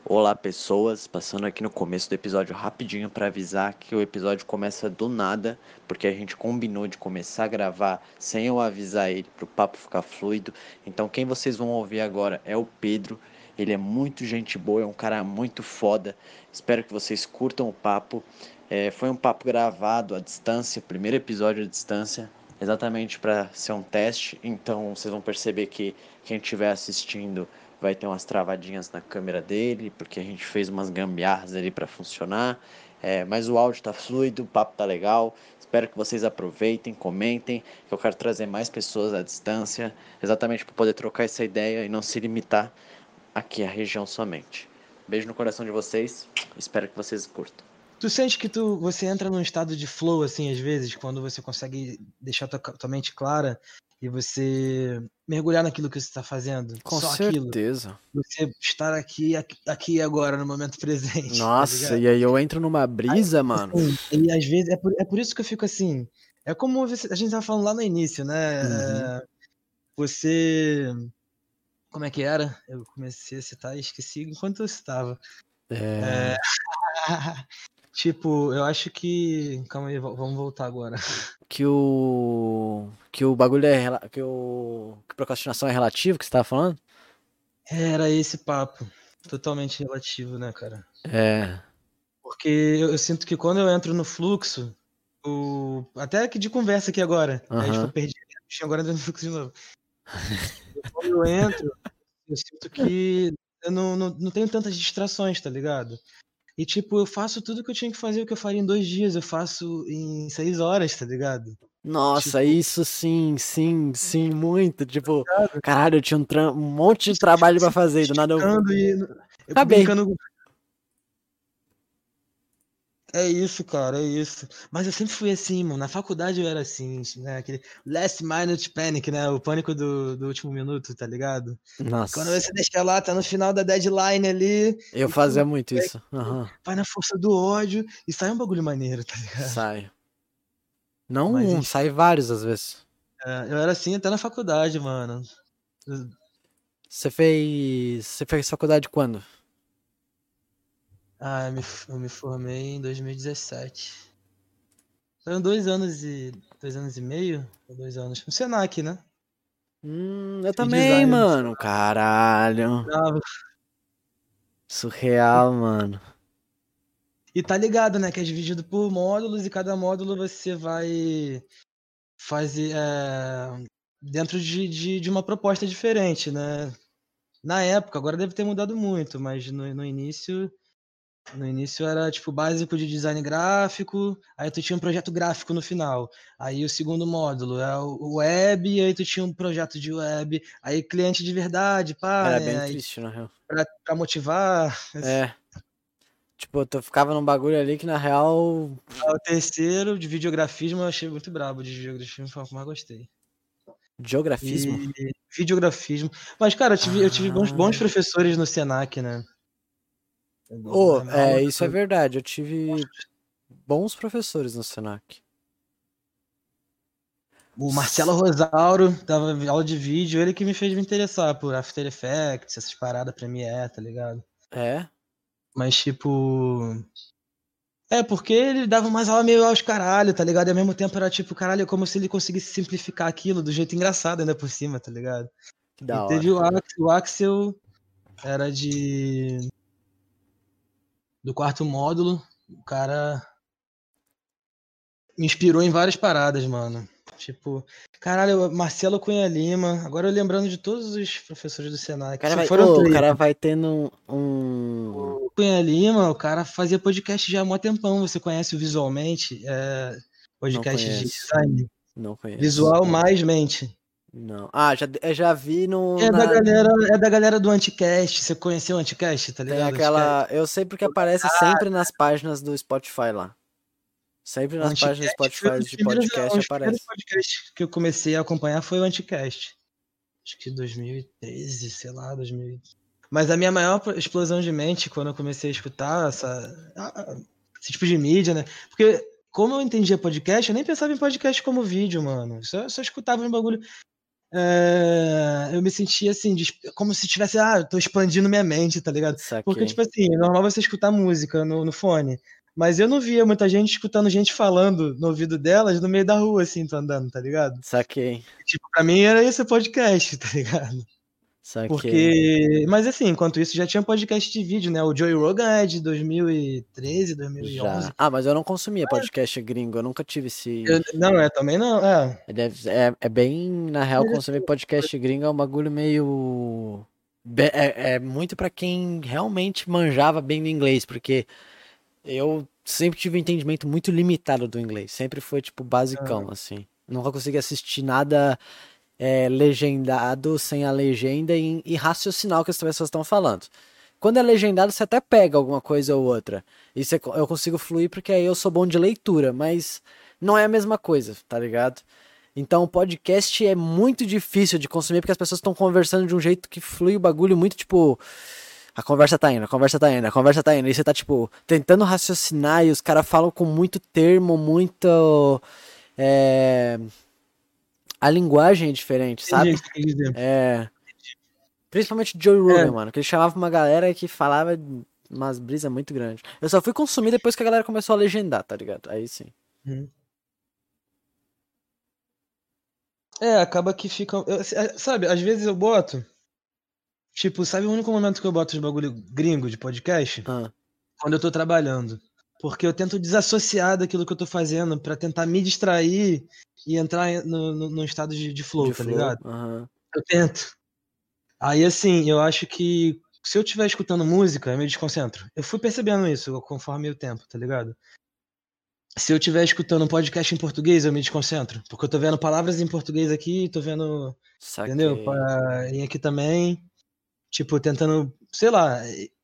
Olá pessoas, passando aqui no começo do episódio rapidinho para avisar que o episódio começa do nada, porque a gente combinou de começar a gravar sem eu avisar ele para o papo ficar fluido. Então quem vocês vão ouvir agora é o Pedro, ele é muito gente boa, é um cara muito foda. Espero que vocês curtam o papo. Foi um papo gravado à distância, primeiro episódio à distância, exatamente para ser um teste. Então vocês vão perceber que quem estiver assistindo vai ter umas travadinhas na câmera dele, porque a gente fez umas gambiarras ali para funcionar. Mas o áudio tá fluido, o papo tá legal. Espero que vocês aproveitem, comentem, que eu quero trazer mais pessoas à distância, exatamente para poder trocar essa ideia e não se limitar aqui à região somente. Beijo no coração de vocês, espero que vocês curtam. Tu sente que você entra num estado de flow, assim, às vezes, quando você consegue deixar tua mente clara e você mergulhar naquilo que você está fazendo? Com Só certeza. aquilo. Você estar aqui e agora, no momento presente. Nossa, tá e aí eu entro numa brisa, mano. assim, e às vezes é por isso que eu fico assim. É como a gente tava falando lá no início, né? Uhum. Você. Como é que era? Eu comecei a citar e esqueci enquanto eu citava. Tipo, eu acho que. Calma aí, vamos voltar agora. Que o bagulho que procrastinação é relativo, que você tava falando? Era esse papo. Totalmente relativo, né, cara? É. Porque eu sinto que quando eu entro no fluxo, até que de conversa aqui agora, aí tipo, eu Aham. perdi a bichinha, agora entrando no fluxo de novo. Quando eu entro, eu sinto que eu não tenho tantas distrações, tá ligado? E tipo, eu faço tudo que eu tinha que fazer, o que eu faria em 2 dias, eu faço em 6 horas, tá ligado? Nossa, Tipo, isso sim, muito. Tipo, ligado? caralho, eu tinha um monte de trabalho pra fazer, e do nada eu Esticando e acabei. brincando. É isso, cara, é isso. Mas eu sempre fui assim, mano. Na faculdade eu era assim, né? Aquele last minute panic, né? O pânico do último minuto, tá ligado? Quando Nossa, você deixa lá, tá no final da deadline ali, eu e tu fazia muito isso. Aham. vai na força do ódio e sai um bagulho maneiro, tá ligado? Saio. Não Mas um, enfim, sai vários às vezes. eu era assim até na faculdade, mano. Você fez faculdade quando? Eu me formei em 2017. Foram 2 anos e meio, ou 2 anos. No Senac, né? Eu Fiz também, design no mano. Caralho. Senac. Surreal, mano. E tá ligado, né? Que é dividido por módulos e cada módulo você vai fazer dentro de uma proposta diferente, né? Na época, agora deve ter mudado muito, mas no início era tipo básico de design gráfico, aí tu tinha um projeto gráfico no final. Aí o segundo módulo é o web, e aí tu tinha um projeto de web, aí cliente de verdade, pá, Era né? bem Aí triste, na real. pra motivar. É. Tipo, tu ficava num bagulho ali que na real. O terceiro, de videografismo, eu achei muito brabo. De videografismo foi o que eu mais gostei. Geografismo? E videografismo. Mas, cara, eu tive bons Ah. professores no Senac, né? Oh, A aula, isso é verdade. Eu tive bons professores no Senac. o Marcelo Rosauro dava aula de vídeo, ele que me fez me interessar por After Effects, essas paradas Premiere, tá ligado? É? Mas, tipo. Porque ele dava umas aulas meio aos caralho, tá ligado? E ao mesmo tempo era tipo, caralho, como se ele conseguisse simplificar aquilo do jeito engraçado ainda por cima, tá ligado? Que E da teve hora. o Axel era do quarto módulo. O cara me inspirou em várias paradas, mano. Tipo, caralho, Marcelo Cunha Lima. Agora eu lembrando de todos os professores do Senac. Foram O 3. cara vai tendo um. O Cunha Lima, o cara fazia podcast já há mó tempão. Você conhece o Visualmente? Não Podcast de conheço. design. Não conheço. Visual mais mente. Não. Ah, já vi no. É da galera do Anticast. Você conheceu o Anticast, tá Tem ligado? Anticast. aquela. Eu sei porque aparece sempre nas páginas do Spotify lá. Sempre O nas páginas do Anticast foi um Spotify dos de primeiros, podcast aparece. podcasts que eu comecei a acompanhar foi o Anticast. Acho que 2013, sei lá, 2000. Mas a minha maior explosão de mente quando eu comecei a escutar esse tipo de mídia, né? Porque como eu entendia podcast, eu nem pensava em podcast como vídeo, mano. Só escutava um bagulho. eu me sentia assim, como se tivesse, eu tô expandindo minha mente, tá ligado? Porque, Saquei, tipo assim, é normal você escutar música no fone, mas eu não via muita gente escutando gente falando no ouvido delas no meio da rua, assim, tô andando, tá ligado? saquei, Tipo, pra mim era esse o podcast, tá ligado? saquei. Porque, mas assim, enquanto isso já tinha podcast de vídeo, né? O Joey Rogan é de 2013, Já. 2011. Ah, mas eu não consumia podcast gringo, eu nunca tive esse. Não, também não, É bem, na real, Mas consumir podcast gringo é um bagulho meio. É muito pra quem realmente manjava bem do inglês, porque eu sempre tive um entendimento muito limitado do inglês, sempre foi tipo basicão, assim. Nunca consegui assistir nada legendado sem a legenda e raciocinar o que as pessoas estão falando. Quando é legendado, você até pega alguma coisa ou outra. Eu consigo fluir porque aí eu sou bom de leitura, mas não é a mesma coisa, tá ligado? Então, o podcast é muito difícil de consumir porque as pessoas estão conversando de um jeito que flui o bagulho muito tipo. A conversa tá indo, a conversa tá indo, a conversa tá indo. E você tá, tipo, tentando raciocinar e os caras falam com muito termo, muito. É... A linguagem é diferente, entendi o sabe? que você quer dizer. É. Principalmente Joe É, Rogan, mano. Que ele chamava uma galera que falava umas brisas muito grandes. Eu só fui consumir depois que a galera começou a legendar, tá ligado? Aí sim. uhum. Acaba que fica. Sabe, às vezes eu boto. Tipo, sabe o único momento que eu boto os bagulho gringo de podcast? Ah, Quando eu tô trabalhando. Porque eu tento desassociar daquilo que eu tô fazendo pra tentar me distrair e entrar no estado de flow, de tá flow. ligado? Aham. Eu tento. Aí, assim, eu acho que se eu estiver escutando música, eu me desconcentro. Eu fui percebendo isso conforme o tempo, tá ligado? Se eu estiver escutando um podcast em português, eu me desconcentro. Porque eu tô vendo palavras em português aqui, tô vendo, entendeu? Saquei. Em aqui também. Tipo, tentando, sei lá,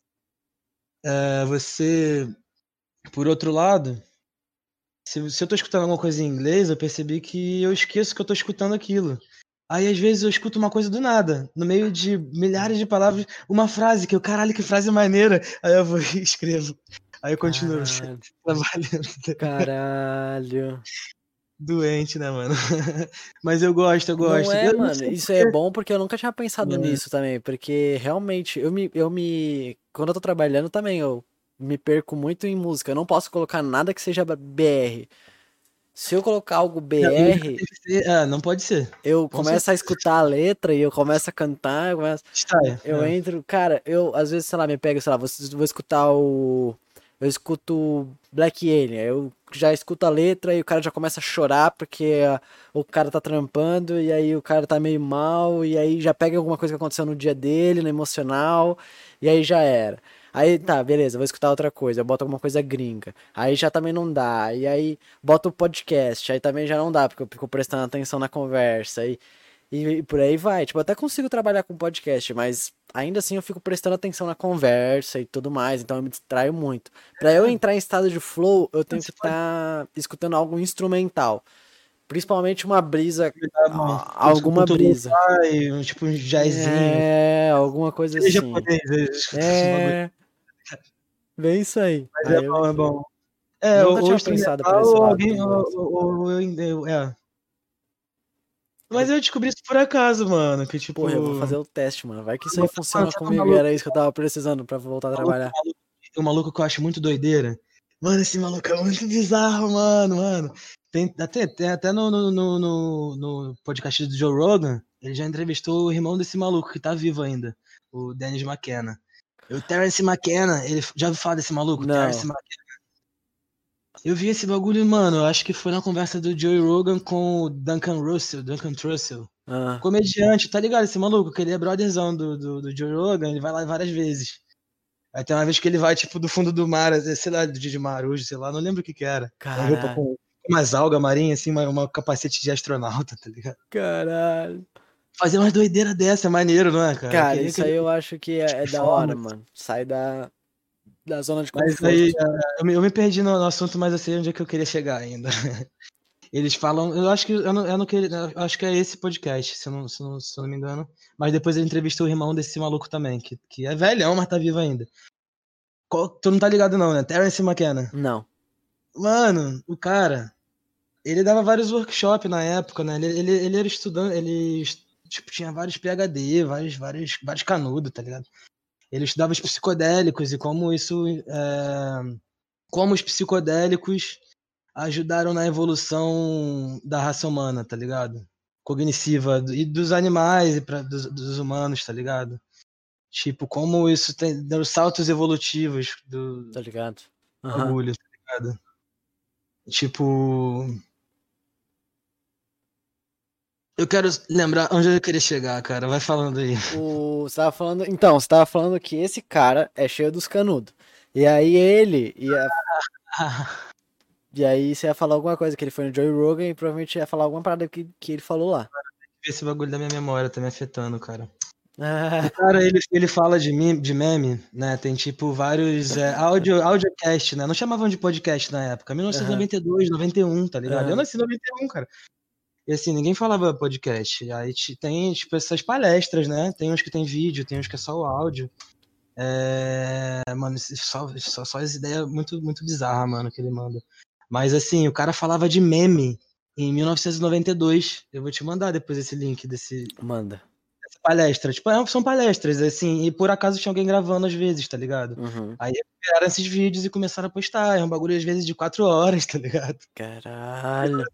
você, por outro lado, se eu tô escutando alguma coisa em inglês, eu percebi que eu esqueço que eu tô escutando aquilo. Aí, às vezes, eu escuto uma coisa do nada, no meio de milhares de palavras, uma frase que eu, caralho, que frase maneira. Aí eu vou e escrevo. Aí eu continuo Caralho. trabalhando. Caralho. Doente, né, mano? Mas eu gosto, eu Não gosto. é, Eu não mano. sei Isso é porquê. bom porque eu nunca tinha pensado nisso também. Porque realmente, quando eu tô trabalhando também, eu me perco muito em música. Eu não posso colocar nada que seja BR. Se eu colocar algo Não, música BR, tem que ser. Não pode ser. eu Com começo a certeza. escutar a letra e eu começo a cantar, Está. eu entro, cara, eu às vezes, sei lá, me pego, sei lá, vou escutar eu escuto Black Alien, aí eu já escuto a letra e o cara já começa a chorar porque o cara tá trampando e aí o cara tá meio mal e aí já pega alguma coisa que aconteceu no dia dele, no emocional, e aí já era. Aí tá, beleza, vou escutar outra coisa, eu boto alguma coisa gringa. Aí já também não dá. E aí boto o podcast, aí também já não dá, porque eu fico prestando atenção na conversa. E por aí vai. Tipo, eu até consigo trabalhar com podcast, mas ainda assim eu fico prestando atenção na conversa e tudo mais, então eu me distraio muito. Pra eu entrar em estado de flow, eu tenho que Você pode estar escutando algo instrumental. Principalmente uma brisa, dar uma alguma culto brisa. lo-fi, tipo um jazzinho. Alguma coisa Seja assim. japonês, eu escuto esse bagulho. É, bem isso aí. Mas Aí é eu me bom, é fui. bom. Nunca Ou tinha pensado por instrumental, esse ou lado do alguém. inglês. Mas eu descobri isso por acaso, mano. Que tipo. Porra, eu vou fazer o teste, mano. Vai que isso aí Mano, funciona sabe o comigo e maluco, era isso que eu tava precisando pra voltar a maluco, trabalhar. o maluco que eu acho muito doideira? Mano, esse maluco é muito bizarro, mano. Tem até no podcast do Joe Rogan, ele já entrevistou o irmão desse maluco que tá vivo ainda, o Dennis McKenna. O Terence McKenna, ele já ouviu falar desse maluco? Terence Não. McKenna. Eu vi esse bagulho, mano, eu acho que foi na conversa do Joe Rogan com o Duncan Trussell. Ah, Comediante, tá ligado? Esse maluco, que ele é brotherzão do Joe Rogan, ele vai lá várias vezes. Aí tem uma vez que ele vai, tipo, do fundo do mar, sei lá, de Marujo, sei lá, não lembro o que que era. Uma roupa caralho. com umas algas marinhas, assim, uma capacete de astronauta, tá ligado? Caralho. Fazer umas doideiras dessa é maneiro, não é, cara? Eu Cara, queria isso que aí ele eu acho que é da hora, performance. mano. Sai da zona de Mas aí, conforto. eu me perdi no assunto, mas eu sei onde é que eu queria chegar ainda. Eles falam, eu acho que eu acho que é esse podcast, se eu não me engano. Mas depois ele entrevistou o irmão desse maluco também, que é velhão, mas tá vivo ainda. Tu não tá ligado não, né? Terence McKenna. Não. Mano, o cara, ele dava vários workshops na época, né? Ele era estudante, tipo, tinha vários PhD, vários canudos, tá ligado? Ele estudava os psicodélicos e como como os psicodélicos ajudaram na evolução da raça humana, tá ligado? Cognitiva e dos animais e dos humanos, tá ligado? Tipo, como isso deu saltos evolutivos do Tá ligado? bagulho, tá ligado? Tipo, eu quero lembrar onde eu queria chegar, cara. Vai falando aí. Você tava falando que esse cara é cheio dos canudos. E aí E aí você ia falar alguma coisa que ele foi no Joe Rogan e provavelmente ia falar alguma parada que ele falou lá. Esse bagulho da minha memória tá me afetando, cara. Ah, O cara, ele fala de meme, né? Tem tipo vários audiocast, né? Não chamavam de podcast na época. 1992, 91, tá ligado? Eu nasci em 91, cara. E assim, ninguém falava podcast. Aí tem, tipo, essas palestras, né? Tem uns que tem vídeo, tem uns que é só o áudio. Mano, só as ideias muito, muito bizarras, mano, que ele manda. Mas assim, o cara falava de meme em 1992. Eu vou te mandar depois esse link dessa manda. palestra. Tipo, são palestras, assim, e por acaso tinha alguém gravando às vezes, tá ligado? Uhum. Aí pegaram esses vídeos e começaram a postar. É um bagulho às vezes de 4 horas, tá ligado? Caralho.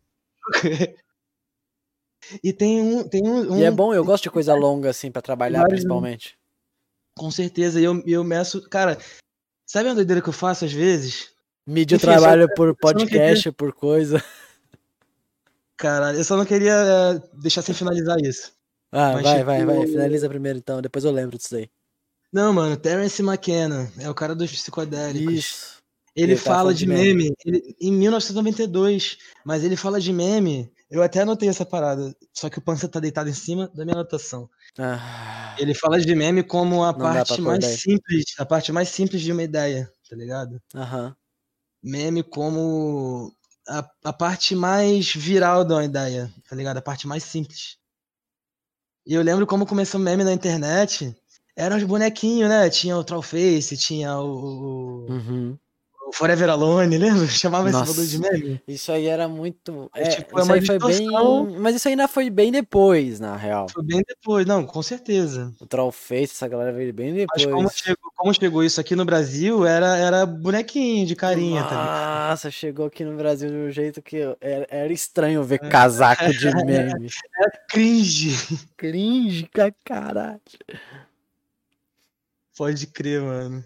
E tem um. E é bom, eu gosto de coisa longa assim pra trabalhar, principalmente. Com certeza, e eu meço. Cara, sabe a doideira que eu faço às vezes? Mídia Enfim, trabalho só- por eu só não podcast, por coisa. Caralho, eu só não queria deixar sem finalizar isso. Ah, Mas, vai, tipo, vai. Finaliza primeiro então, depois eu lembro disso aí. Não, mano, Terence McKenna é o cara dos psicodélicos. Isso. Ele Ele tava fala falando de de meme. meme em 1992, mas ele fala de meme. Eu até anotei essa parada, só que o Pança tá deitado em cima da minha anotação. Ah, Ele fala de meme como não dá pra acordar ele. a parte mais simples de uma ideia, tá ligado? Aham. Meme como a parte mais viral de uma ideia, tá ligado? A parte mais simples. E eu lembro como começou o meme na internet. Eram os bonequinhos, né? Tinha o Trollface, tinha Uhum. o Forever Alone, lembra? Chamava esse bagulho de Nossa, meme. isso aí era muito. Mas, tipo, é Isso uma aí foi bem. distorção. Mas isso ainda foi bem depois, na real. Foi bem depois, não, com certeza. O Trollface, essa galera veio bem Mas depois. como chegou isso aqui no Brasil, era bonequinho de carinha, tá ligado? Nossa, chegou aqui no Brasil de um jeito que era estranho ver casaco de meme. Cringe. Cringe, pra caralho. Pode crer, mano.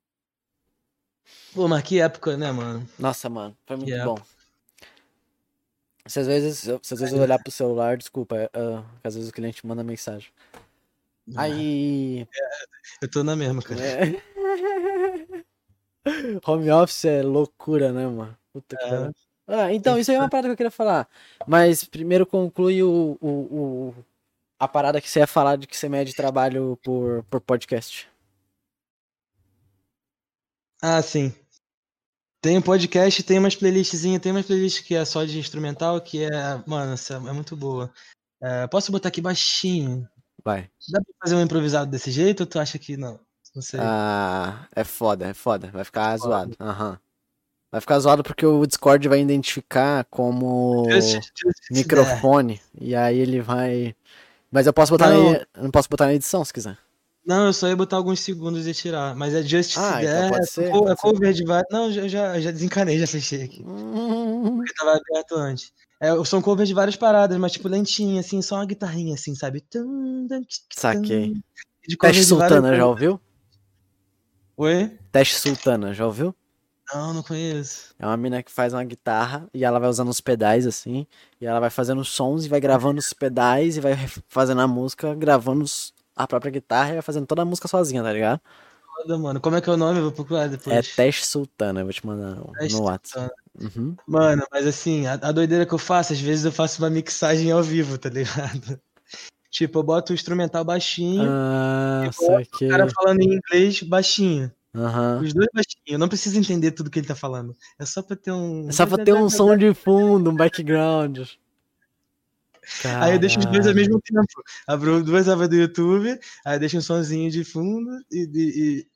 Pô, mas que época, né, mano? Nossa, mano, foi Que muito época. bom. Se às vezes eu olhar pro celular, desculpa, que às vezes o cliente manda mensagem. Aí. Eu tô na mesma, cara. Home office é loucura, né, mano? Puta que pariu. Então, Tem isso aí é uma parada que eu queria falar. Mas primeiro conclui a parada que você ia falar de que você mede trabalho por podcast. Ah, sim. Tem um podcast, tem umas playlistzinhas, tem umas playlists que é só de instrumental, que é, mano, essa é muito boa. Posso botar aqui baixinho? Vai. Dá pra fazer um improvisado desse jeito ou tu acha que não? Não sei. É foda. Vai ficar zoado. Aham. Vai ficar zoado porque o Discord vai identificar como Just microfone. E aí ele vai. Mas eu posso botar Não. eu não posso botar na edição se quiser. Não, eu só ia botar alguns segundos e tirar. Mas é Justice Então There, pode ser. é cover de vários. Não, já desencanei, já fechei aqui. Porque tava aberto antes. São covers de várias paradas, mas tipo lentinha, assim, só uma guitarrinha, assim, sabe? Saquei. De cover Teste de várias Sultana, já ouviu? Oi? Teste Sultana, já ouviu? Não conheço. É uma mina que faz uma guitarra e ela vai usando os pedais assim, e ela vai fazendo sons e vai gravando os pedais e vai fazendo a música, gravando a própria guitarra e vai fazendo toda a música sozinha, tá ligado? Foda, mano. Como é que é o nome? Eu vou procurar É depois. Teste Sultana, eu vou te mandar Teste no WhatsApp. Sultana. Uhum. Mano, mas assim, a doideira que eu faço, às vezes eu faço uma mixagem ao vivo, tá ligado? Tipo, eu boto o instrumental baixinho Ah, e boto o cara saquei. falando em inglês baixinho. Aham. Os dois baixinhos. Eu não preciso entender tudo que ele tá falando. É só pra ter um. É só pra ter um som de fundo, um background. Aí eu deixo os dois ao Caralho. mesmo tempo. Abro duas abas do YouTube, aí eu deixo um sonzinho de fundo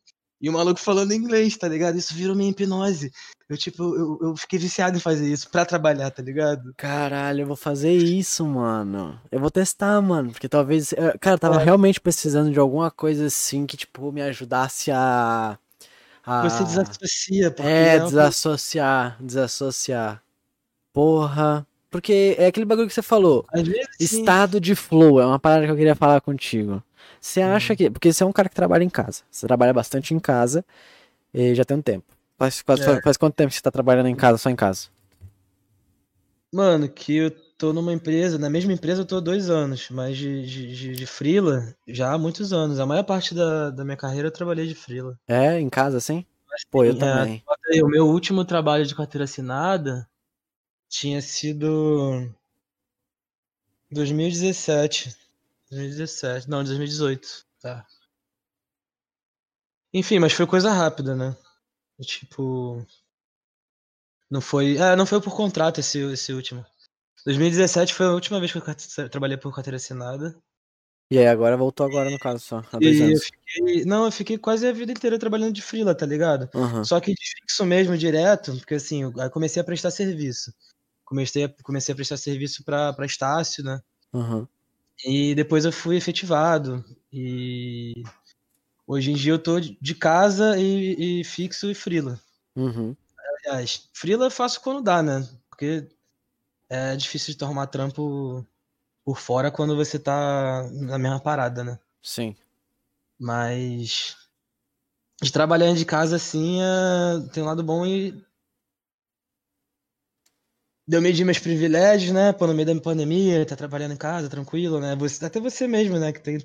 E o maluco falando inglês, tá ligado? Isso virou minha hipnose. Eu fiquei viciado em fazer isso pra trabalhar, tá ligado? Caralho, eu vou fazer isso, mano. Eu vou testar, mano, porque talvez. Cara, eu tava É, realmente precisando de alguma coisa assim que, tipo, me ajudasse você a... desassocia, porque É, é uma coisa. desassociar. Porra. Porque é aquele bagulho que você falou. Às vezes, sim. Estado de flow é uma parada que eu queria falar contigo. Você acha Uhum. que. Porque você é um cara que trabalha em casa. Você trabalha bastante em casa e já tem um tempo. É. Faz quanto tempo que você tá trabalhando em casa, só em casa? Mano, que eu tô numa empresa, na mesma empresa eu tô há 2 anos, mas de freela já há muitos anos. A maior parte da minha carreira eu trabalhei de freela. É, em casa, assim? Pô, eu também. Bota aí, o meu último trabalho de carteira assinada tinha sido 2017. 2017, não, 2018. Tá. Enfim, mas foi coisa rápida, né? Tipo, não foi por contrato esse último. 2017 foi a última vez que eu trabalhei por carteira assinada. E aí, agora voltou agora no caso só, há dois E anos. eu fiquei quase a vida inteira trabalhando de freela, tá ligado? Aham, Só que de fixo mesmo, direto, porque assim, aí comecei a prestar serviço. Comecei a prestar serviço pra Estácio, né? aham, E depois eu fui efetivado. E hoje em dia eu tô de casa e fixo e freela. uhum. Aliás, freela eu faço quando dá, né? Porque é difícil de tomar trampo por fora quando você tá na mesma parada, né? Sim. Mas de trabalhar de casa assim, tem um lado bom e deu medir meus privilégios, né? Pô, no meio da pandemia, tá trabalhando em casa, tranquilo, né? Até você mesmo, né? Que tem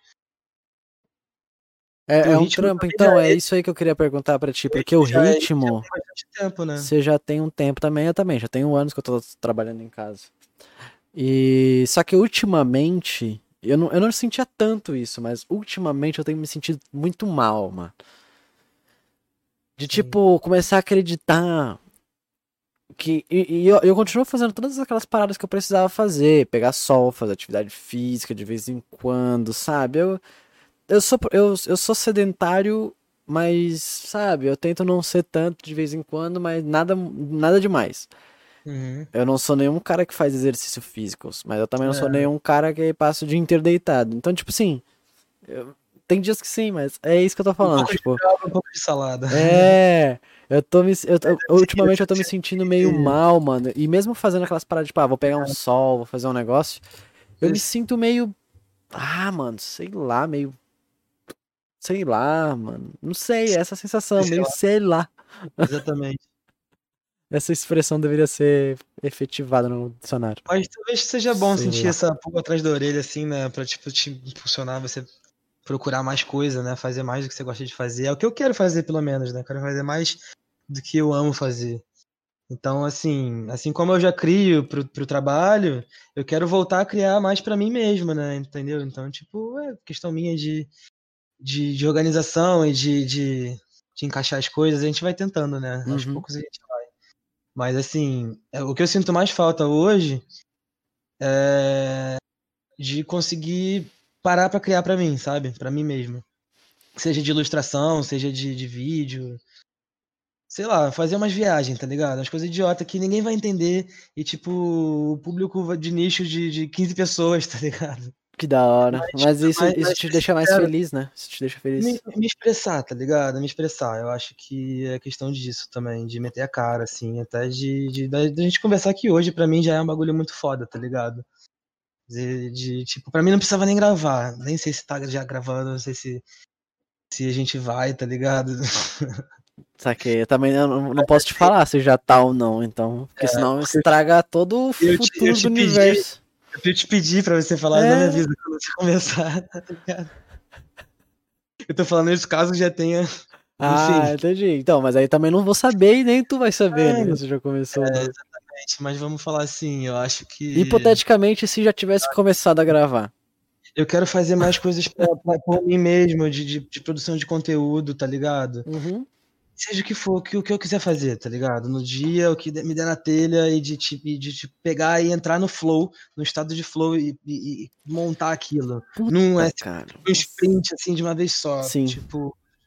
teu É um ritmo trampo, também já então, é é, isso aí que eu queria perguntar pra ti, teu porque o ritmo já é já ritmo, tem bastante tempo, né? você já tem um tempo também, eu também, já tenho anos que eu tô trabalhando em casa. E só que ultimamente, eu não sentia tanto isso, mas ultimamente eu tenho me sentido muito mal, mano. De Sim. tipo, começar a acreditar que. Eu continuo fazendo todas aquelas paradas que eu precisava fazer, pegar sol, fazer atividade física de vez em quando, sabe? Eu sou sedentário, mas, sabe, eu tento não ser tanto de vez em quando, mas nada demais. Uhum. Eu não sou nenhum cara que faz exercício físicos, mas eu também não sou É, nenhum cara que passa o dia inteiro deitado. Então, tipo assim, tem dias que sim, mas é isso que eu tô um falando, pouco de tipo, calma, um pouco de salada. é. Ultimamente eu tô me Eu sentindo meio tive- mal, mano. E mesmo fazendo aquelas paradas, tipo, vou pegar um sol, vou fazer um negócio, eu me esse- sinto meio. Mano, sei lá, meio. Sei lá, mano. Não sei, essa sensação, sei meio lá, sei lá. exatamente. Essa expressão deveria ser efetivada no dicionário. Mas talvez seja bom Sei sentir lá. essa pulga atrás da orelha, assim, né? Pra, tipo, te impulsionar, você procurar mais coisa, né? Fazer mais do que você gosta de fazer. É o que eu quero fazer, pelo menos, né? Eu quero fazer mais do que eu amo fazer. Então, assim como eu já crio pro trabalho, eu quero voltar a criar mais pra mim mesmo, né? Entendeu? Então, tipo, é questão minha de organização e de encaixar as coisas, a gente vai tentando, né? Aos Uhum. poucos a gente vai. Mas, assim, o que eu sinto mais falta hoje é de conseguir parar pra criar pra mim, sabe? Pra mim mesmo. Seja de ilustração, seja de vídeo. Sei lá, fazer umas viagens, tá ligado? Umas coisas idiota que ninguém vai entender e, tipo, o público de nicho de 15 pessoas, tá ligado? Que da hora. Mas, Mas isso mas te ser deixa mais sincero, feliz, né? Isso te deixa me, feliz. me expressar, tá ligado? Me expressar. Eu acho que é questão disso também, de meter a cara, assim, até da gente conversar aqui hoje, pra mim já é um bagulho muito foda, tá ligado? Tipo, pra mim não precisava nem gravar. Nem sei se tá já gravando, não sei se a gente vai, tá ligado? Saquei. Eu também não posso te falar se já tá ou não, então. Porque senão Porque estraga todo o eu futuro do te pedi. universo. Eu te pedi pra você falar, não me É. avisa quando você começar, tá ligado? Eu tô falando isso caso já tenha. Enfim. Entendi. Então, mas aí também não vou saber e nem tu vai saber, né? É, Se já começou ou não. exatamente, mas vamos falar assim, eu acho que Hipoteticamente, se já tivesse começado a gravar. eu quero fazer mais coisas por mim mesmo, de produção de conteúdo, tá ligado? Uhum. Seja o que for, o que eu quiser fazer, tá ligado? No dia, o que me der na telha e de pegar e entrar no flow, no estado de flow e montar aquilo. Não Puta, é tipo, cara. um Nossa. sprint assim de uma vez só. Sim. Tipo,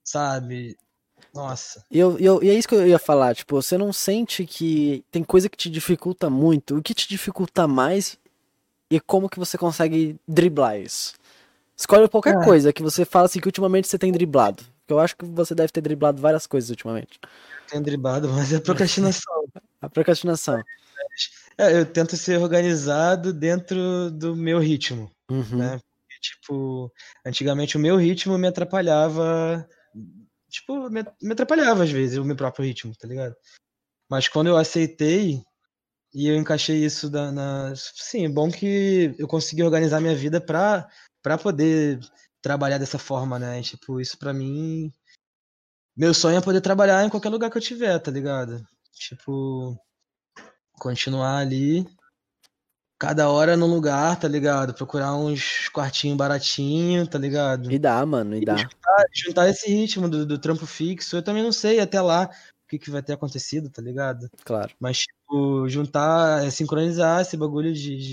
sabe? Nossa. E é isso que eu ia falar, tipo, você não sente que tem coisa que te dificulta muito? O que te dificulta mais e como que você consegue driblar isso? Escolhe qualquer Ah, coisa que você fala assim que ultimamente você tem driblado. Porque eu acho que você deve ter driblado várias coisas ultimamente. tenho driblado, mas é procrastinação. A procrastinação. Eu tento ser organizado dentro do meu ritmo, Uhum. né? Porque, tipo, antigamente o meu ritmo me atrapalhava. Tipo, me atrapalhava às vezes, o meu próprio ritmo, tá ligado? Mas quando eu aceitei e eu encaixei isso Sim, é bom que eu consegui organizar minha vida pra poder trabalhar dessa forma, né? Tipo, isso pra mim. Meu sonho é poder trabalhar em qualquer lugar que eu tiver, tá ligado? Tipo, continuar ali, cada hora num lugar, tá ligado? Procurar uns quartinhos baratinho, tá ligado? E dá, mano, e E dá. juntar esse ritmo do trampo fixo. Eu também não sei até lá o que vai ter acontecido, tá ligado? Claro. Mas, tipo, juntar, sincronizar esse bagulho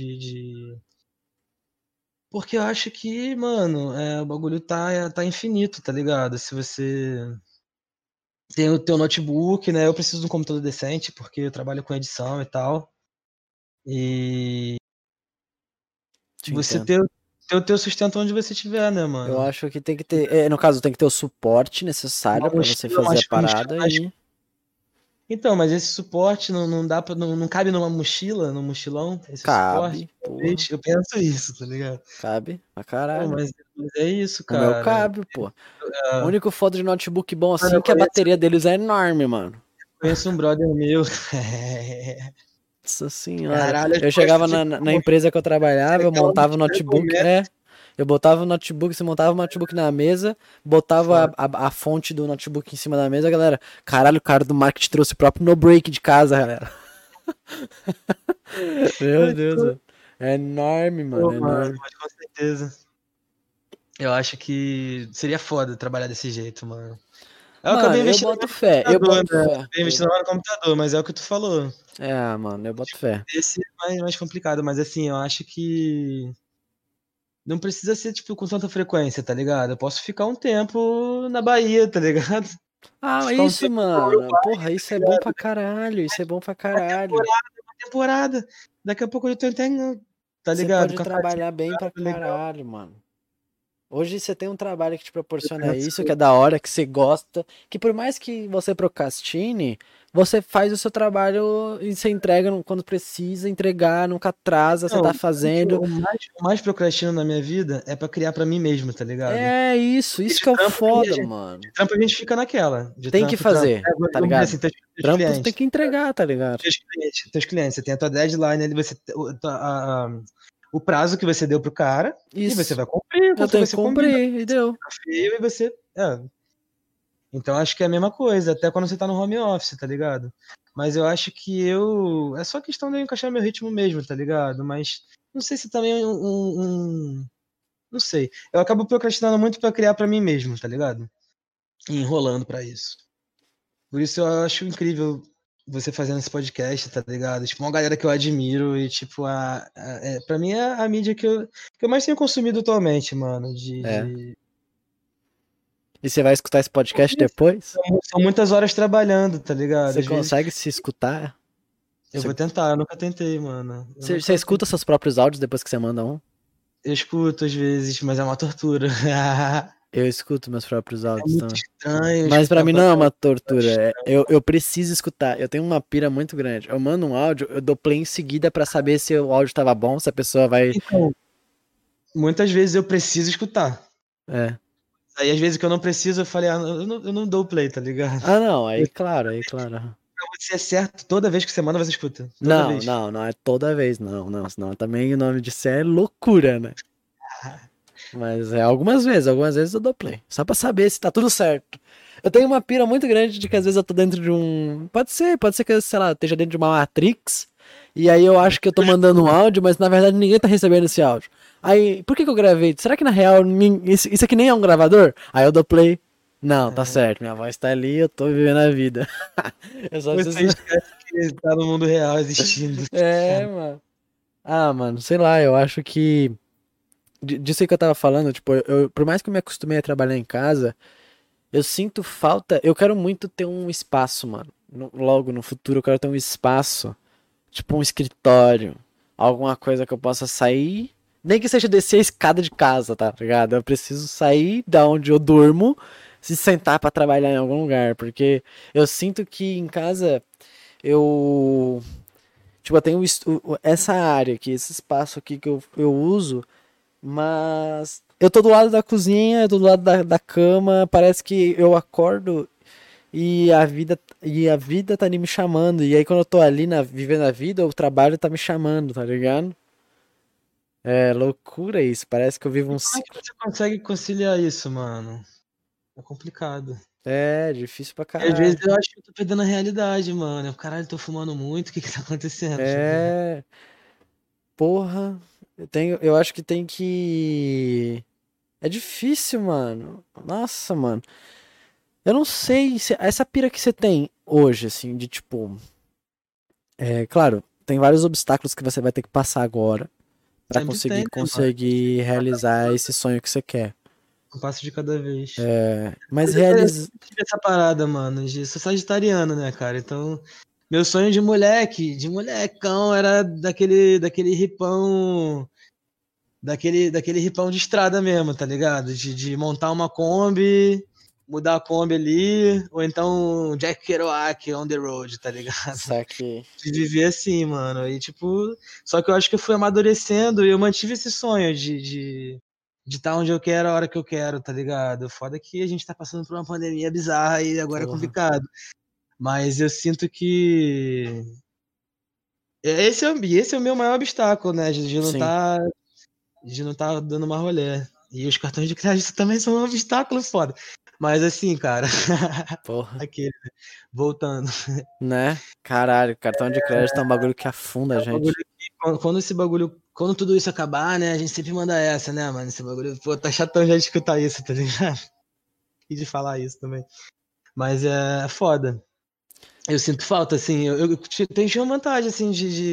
Porque eu acho que, mano, o bagulho tá infinito, tá ligado? Se você tem o teu notebook, né? Eu preciso de um computador decente, porque eu trabalho com edição e tal. E Te você entendo. ter o teu sustento onde você estiver, né, Eu mano? acho que tem que ter, no caso, tem que ter o suporte necessário Uma pra você mochila, fazer a uma mochila parada mais. e Então, mas esse suporte não dá pra, não cabe numa mochila, num mochilão, esse suporte. cabe, porra. Talvez. Eu penso isso, tá ligado? Cabe pra Pô, caralho. mas é isso, O meu cara. cabe, pô. O Ah, único foda de notebook bom assim mano, é que a bateria deles é enorme, mano. conheço um brother meu. Nossa senhora. Caralho, as Eu chegava costas de na como? empresa que eu trabalhava, eu Aquela montava o mochila com notebook, metro. eu botava o notebook, você montava o notebook na mesa, botava Foda. a fonte do notebook em cima da mesa, galera. Caralho, o cara do marketing trouxe o próprio no break de casa, galera. Meu Deus, mano. É enorme, mano, Pô, é mano, enorme. mas com certeza. Eu acho que seria foda trabalhar desse jeito, mano. Eu acabei Mano, eu investindo boto mais no fé, eu computador, boto né? fé. Acabei investindo mais no computador, mas é o que tu falou. É, mano, eu boto fé. Esse é mais complicado, mas assim, eu acho que não precisa ser, tipo, com tanta frequência, tá ligado? Eu posso ficar um tempo na Bahia, tá ligado? Ah, Ficar um isso, tempo mano. Porra, isso é bom pra caralho. Isso é bom pra na caralho. temporada, na temporada. Daqui a pouco eu tô entendendo, tá Você ligado? pode Com a fatia trabalhar bem pra legal. caralho, mano. Hoje você tem um trabalho que te Eu proporciona isso, penso, que é da hora, que você gosta, que por mais que você procrastine, você faz o seu trabalho e você entrega quando precisa entregar, nunca atrasa, você não, tá fazendo. o mais procrastino na minha vida é pra criar pra mim mesmo, tá ligado? É isso, Porque isso que é o foda, mano. de trampo a gente fica naquela. De Tem que trampo, trampo. fazer, tá Vamos dizer ligado? assim, teus Trampo tem clientes. que entregar, tá ligado? Teus clientes. Você tem a tua deadline ali, o prazo que você deu pro cara e você Isso. vai cumprir Eu conforme tenho que você combina. cumprir, e deu. Fica feio e você. Então acho que é a mesma coisa, até quando você tá no home office, tá ligado? Mas eu acho que eu. É só questão de eu encaixar meu ritmo mesmo, tá ligado? Mas não sei se também não sei. Eu acabo procrastinando muito pra criar pra mim mesmo, tá ligado? E enrolando pra isso. Por isso eu acho incrível você fazendo esse podcast, tá ligado? Tipo, uma galera que eu admiro e, tipo, pra mim é a mídia que eu mais tenho consumido atualmente, mano. É. E você vai escutar esse podcast Porque depois? são muitas horas trabalhando, tá ligado? Você Às vezes consegue se escutar? eu Você, vou tentar, eu nunca tentei, mano. Eu você nunca escuta tentei. seus próprios áudios depois que você manda um? Eu escuto às vezes, mas é uma tortura. Eu escuto meus próprios É áudios muito também. estranho Mas pra escutar mim pra não é trás. uma tortura. Eu preciso escutar. Eu tenho uma pira muito grande. Eu mando um áudio, eu dou play em seguida pra saber se o áudio tava bom, se a pessoa vai. Então, muitas vezes eu preciso escutar. É. Aí às vezes que eu não preciso, eu falei, eu não dou play, tá ligado? Ah, não. Aí, claro, aí, claro. Se é certo, toda vez que você manda, você escuta. Toda Não, vez. não, não é toda vez, não, não. Senão também o nome disso é loucura, né? Mas é algumas vezes eu dou play. Só pra saber se tá tudo certo. Eu tenho uma pira muito grande de que às vezes eu tô dentro de um. Pode ser que, sei lá, eu esteja dentro de uma Matrix. E aí eu acho que eu tô mandando um áudio, mas na verdade ninguém tá recebendo esse áudio. Aí, por que que eu gravei? Será que na real isso aqui nem é um gravador? Aí eu dou play. Não, tá certo, minha voz tá ali, eu tô vivendo a vida. Eu só Você preciso. esquece que tá no mundo real existindo. É, mano. Ah, mano, sei lá, eu acho que. Disso aí que eu tava falando, tipo, por mais que eu me acostumei a trabalhar em casa. Eu sinto falta. Eu quero muito ter um espaço, mano. Logo no futuro eu quero ter um espaço. Tipo um escritório. Alguma coisa que eu possa sair. Nem que seja descer a escada de casa, tá ligado? Eu preciso sair da onde eu durmo. Se sentar pra trabalhar em algum lugar. Porque eu sinto que em casa eu. Tipo, eu tenho essa área aqui, esse espaço aqui que eu uso. Mas eu tô do lado da cozinha, eu tô do lado da cama, parece que eu acordo e a vida tá ali me chamando. E aí quando eu tô ali vivendo a vida, o trabalho tá me chamando, tá ligado? É loucura isso, parece que eu vivo E um como é que ciclo. você consegue conciliar isso, mano? É complicado. É, difícil pra E às vezes caralho. eu acho que eu tô perdendo a realidade, mano. Caralho, tô fumando muito, o que que tá acontecendo? Tá ligado? É, porra, eu acho que tem que. É difícil, mano. Nossa, mano. Eu não sei se essa pira que você tem hoje, assim, de tipo. É claro, tem vários obstáculos que você vai ter que passar agora pra Sempre tem, conseguir né, mano? conseguir realizar esse sonho que você quer. Um passo de cada vez. Mas Eu realiza. sempre tive essa parada, mano. Sou sagitariano, né, cara? Então, meu sonho de moleque, de molecão, era daquele ripão. Daquele ripão de estrada mesmo, tá ligado? De montar uma Kombi, mudar a Kombi ali, ou então Jack Kerouac on the road, tá ligado? Saque. De viver assim, mano. Aí, tipo, só que eu acho que eu fui amadurecendo e eu mantive esse sonho de estar onde eu quero, a hora que eu quero, tá ligado? Foda que a gente tá passando por uma pandemia bizarra e agora é Porra. complicado. Mas eu sinto que esse é o meu maior obstáculo, né? Sim. De não tá dando uma rolê. E os cartões de crédito também são um obstáculo foda. Mas assim, cara, Porra. aquele, voltando. Né? Caralho, cartão de crédito é um bagulho que afunda É a um bagulho gente. que, quando esse bagulho, quando tudo isso acabar, né, a gente sempre manda essa, né, mano? Esse bagulho, pô, tá chatão já de escutar isso, tá ligado? E de falar isso também. Mas é foda. Eu sinto falta, assim, tenho uma vantagem, assim,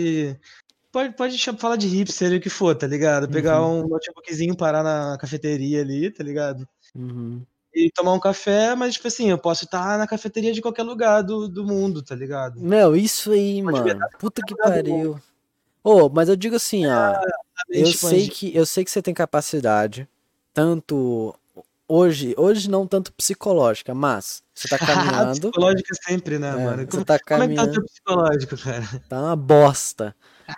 pode falar de hipster, o que for, tá ligado? Pegar Uhum. um notebookzinho, parar na cafeteria ali, tá ligado? Uhum. E tomar um café, mas, tipo assim, eu posso estar na cafeteria de qualquer lugar do mundo, tá ligado? Meu, isso aí, Pode ver, tá mano. em Puta qualquer que lugar do mundo. pariu. Ô, mas eu digo assim, ó. A Eu mente sei expande. que eu sei que você tem capacidade, tanto hoje não tanto psicológica, mas você tá caminhando, Psicológica sempre, né, mano? você Como, tá como é que tá o teu caminhando, psicológico, cara? tá uma bosta.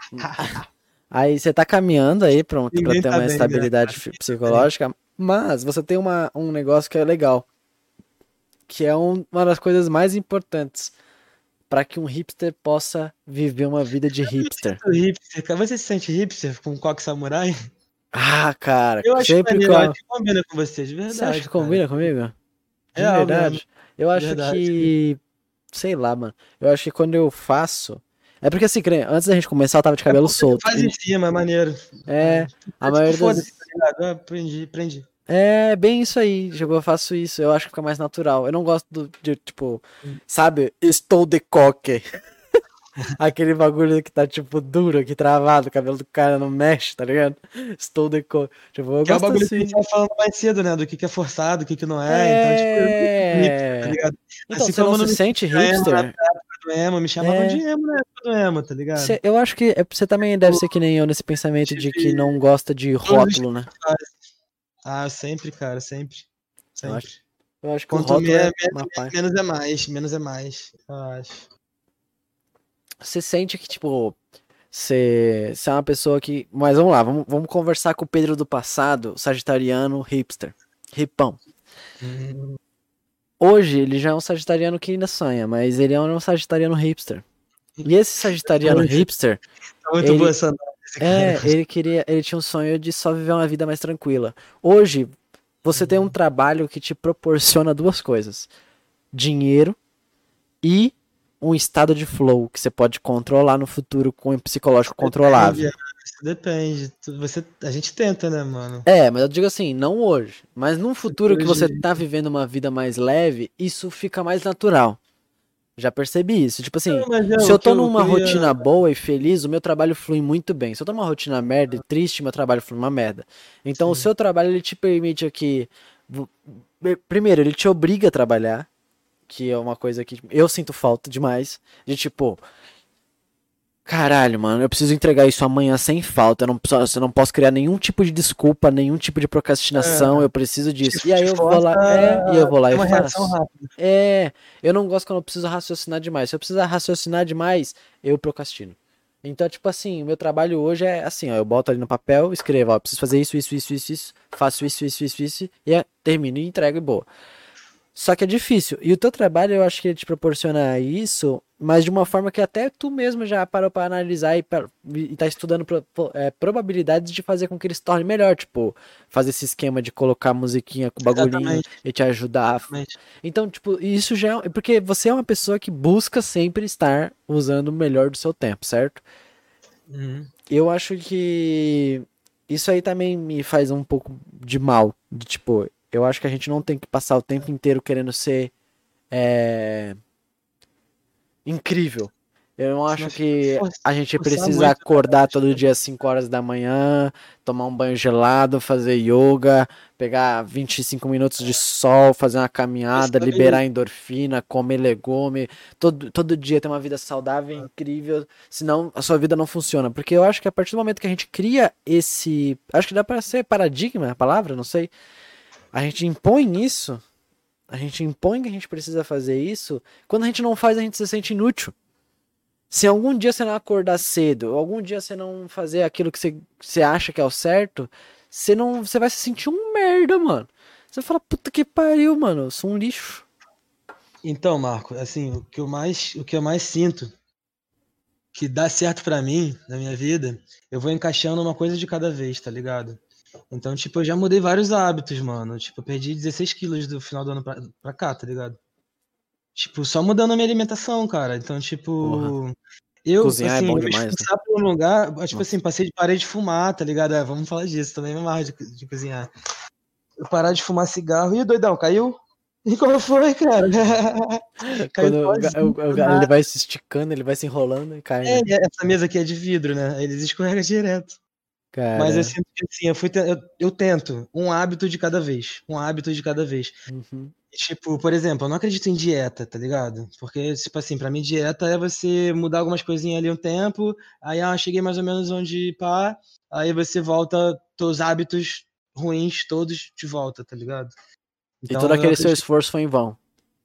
Aí você tá caminhando aí pra Ninguém ter tá uma bem, né, cara? estabilidade Ninguém tá bem. psicológica, mas você tem um negócio que é legal, que é uma das coisas mais importantes pra que um hipster possa viver uma vida de Eu me hipster. sinto hipster, cara. Você se sente hipster com coque samurai? Ah, cara, Eu acho sempre maneiro, eu acho com. que combina com você, de Você acha que verdade, cara. combina comigo? De Real mesmo, verdade. Eu de acho verdade. que. Sei lá, mano. Eu acho que quando eu faço. É porque assim, que nem antes da gente começar, eu tava de É cabelo porque tu solto. faz em cima, é maneiro. É. A É tipo, maioria foda-se, das. tá ligado? Ah, prendi. É bem isso aí. Tipo, eu faço isso. Eu acho que fica mais natural. Eu não gosto de, tipo. Sabe? Estou de coque. Aquele bagulho que tá, tipo, duro aqui, travado. O cabelo do cara não mexe, tá ligado? Estou de coque. Tipo, eu Que é o gosto bagulho que a gente assim. tava falando mais cedo, né? Do que é forçado, o que não é. Então, tipo, eu não me sinto hipster, tá É. ligado? Então, Assim você não como eu não se me sente sentia emo na hipster? época do emo, me chamavam de É. emo na época do emo, tá ligado? Eu acho que você também deve Eu ser que nem eu nesse pensamento de que tive não gosta de todos os rótulo, tipos né? de fase. Ah, sempre, cara, sempre. Eu acho, Sempre. eu acho que o Quanto rótulo é uma parte. menos é mais, menos é mais, eu acho. Você sente que, tipo, você é uma pessoa que. Mas vamos lá, vamos conversar com o Pedro do passado, sagitariano hipster. Ripão. Hum, Hoje ele já é um sagitariano que ainda sonha, mas ele é um sagitariano hipster. E esse sagitariano muito, hipster, tá muito boa ele essa análise, cara. ele tinha um sonho de só viver uma vida mais tranquila. Hoje, você tem um trabalho que te proporciona duas coisas: dinheiro e um estado de flow que você pode controlar no futuro com um psicológico Depende, controlável. isso depende. A gente tenta, né, mano? É, mas eu digo assim, não hoje, mas num futuro que você Hoje, tá vivendo uma vida mais leve, isso fica mais natural. Já percebi isso. Tipo assim, não, mas é se eu tô o que numa eu ia. rotina boa e feliz, o meu trabalho flui muito bem. Se eu tô numa rotina merda e triste, meu trabalho flui uma merda. Então, o Sim. seu trabalho ele te permite aqui vo- Primeiro, ele te obriga a trabalhar, que é uma coisa que eu sinto falta demais. De tipo, caralho, mano, eu preciso entregar isso amanhã sem falta. Eu não posso criar nenhum tipo de desculpa, nenhum tipo de procrastinação. Eu preciso disso. E aí eu vou lá, e eu vou lá e uma reação faço. rápida. Eu não gosto quando eu preciso raciocinar demais. Se eu precisar raciocinar demais, eu procrastino. Então, tipo assim, o meu trabalho hoje é assim, ó, eu boto ali no papel, escrevo, ó, preciso fazer isso, faço isso, e termino e entrego e boa. Só que é difícil. E o teu trabalho, eu acho que ele te proporciona isso, mas de uma forma que até tu mesmo já parou pra analisar e tá estudando probabilidades de fazer com que ele se torne melhor. Tipo, fazer esse esquema de colocar musiquinha com bagulhinho Exatamente. e te ajudar. Exatamente. Então, tipo, isso já é. Porque você é uma pessoa que busca sempre estar usando o melhor do seu tempo, certo? Uhum. Eu acho que isso aí também me faz um pouco de mal. De tipo, eu acho que a gente não tem que passar o tempo inteiro querendo ser é, incrível. Eu não acho Senão fica que a gente forçar precisa muito, né, acordar todo cara? dia às 5 horas da manhã, tomar um banho gelado, fazer yoga, pegar 25 minutos de sol, fazer uma caminhada, Sabe, liberar endorfina, comer legume, todo dia ter uma vida saudável e incrível, senão a sua vida não funciona. Porque eu acho que a partir do momento que a gente cria esse. Acho que dá pra ser paradigma a palavra, não sei. A gente impõe isso, a gente impõe que a gente precisa fazer isso, quando a gente não faz, a gente se sente inútil. Se algum dia você não acordar cedo, ou algum dia você não fazer aquilo que você acha que é o certo, você vai se sentir um merda, mano. Você vai falar, puta que pariu, mano, eu sou um lixo. Então, Marco, assim, o que eu mais sinto que dá certo pra mim na minha vida, eu vou encaixando uma coisa de cada vez, tá ligado? Então, tipo, eu já mudei vários hábitos, mano. Tipo, eu perdi 16 quilos do final do ano pra cá, tá ligado? Tipo, só mudando a minha alimentação, cara. Então, Porra, tipo, eu, cozinhar é assim, bom eu me demais, né? esforçar por um lugar, tipo Nossa. assim, parei de fumar, tá ligado? Vamos falar disso, também me amarro de cozinhar. Eu parar de fumar cigarro. Ih, doidão, caiu? E como foi, cara? Caiu Quando sozinho, do ele nada. vai se esticando, ele vai se enrolando e cai, É, né? e essa mesa aqui é de vidro, né? Eles escorregam direto. Mas eu Cara. sinto que assim, eu tento um hábito de cada vez. Um hábito de cada vez. Uhum. E, tipo, por exemplo, eu não acredito em dieta, tá ligado? Porque, tipo assim, pra mim, dieta é você mudar algumas coisinhas ali um tempo, aí, cheguei mais ou menos onde pá, aí você volta, teus hábitos ruins todos de volta, tá ligado? E todo Então, aquele seu esforço foi em vão.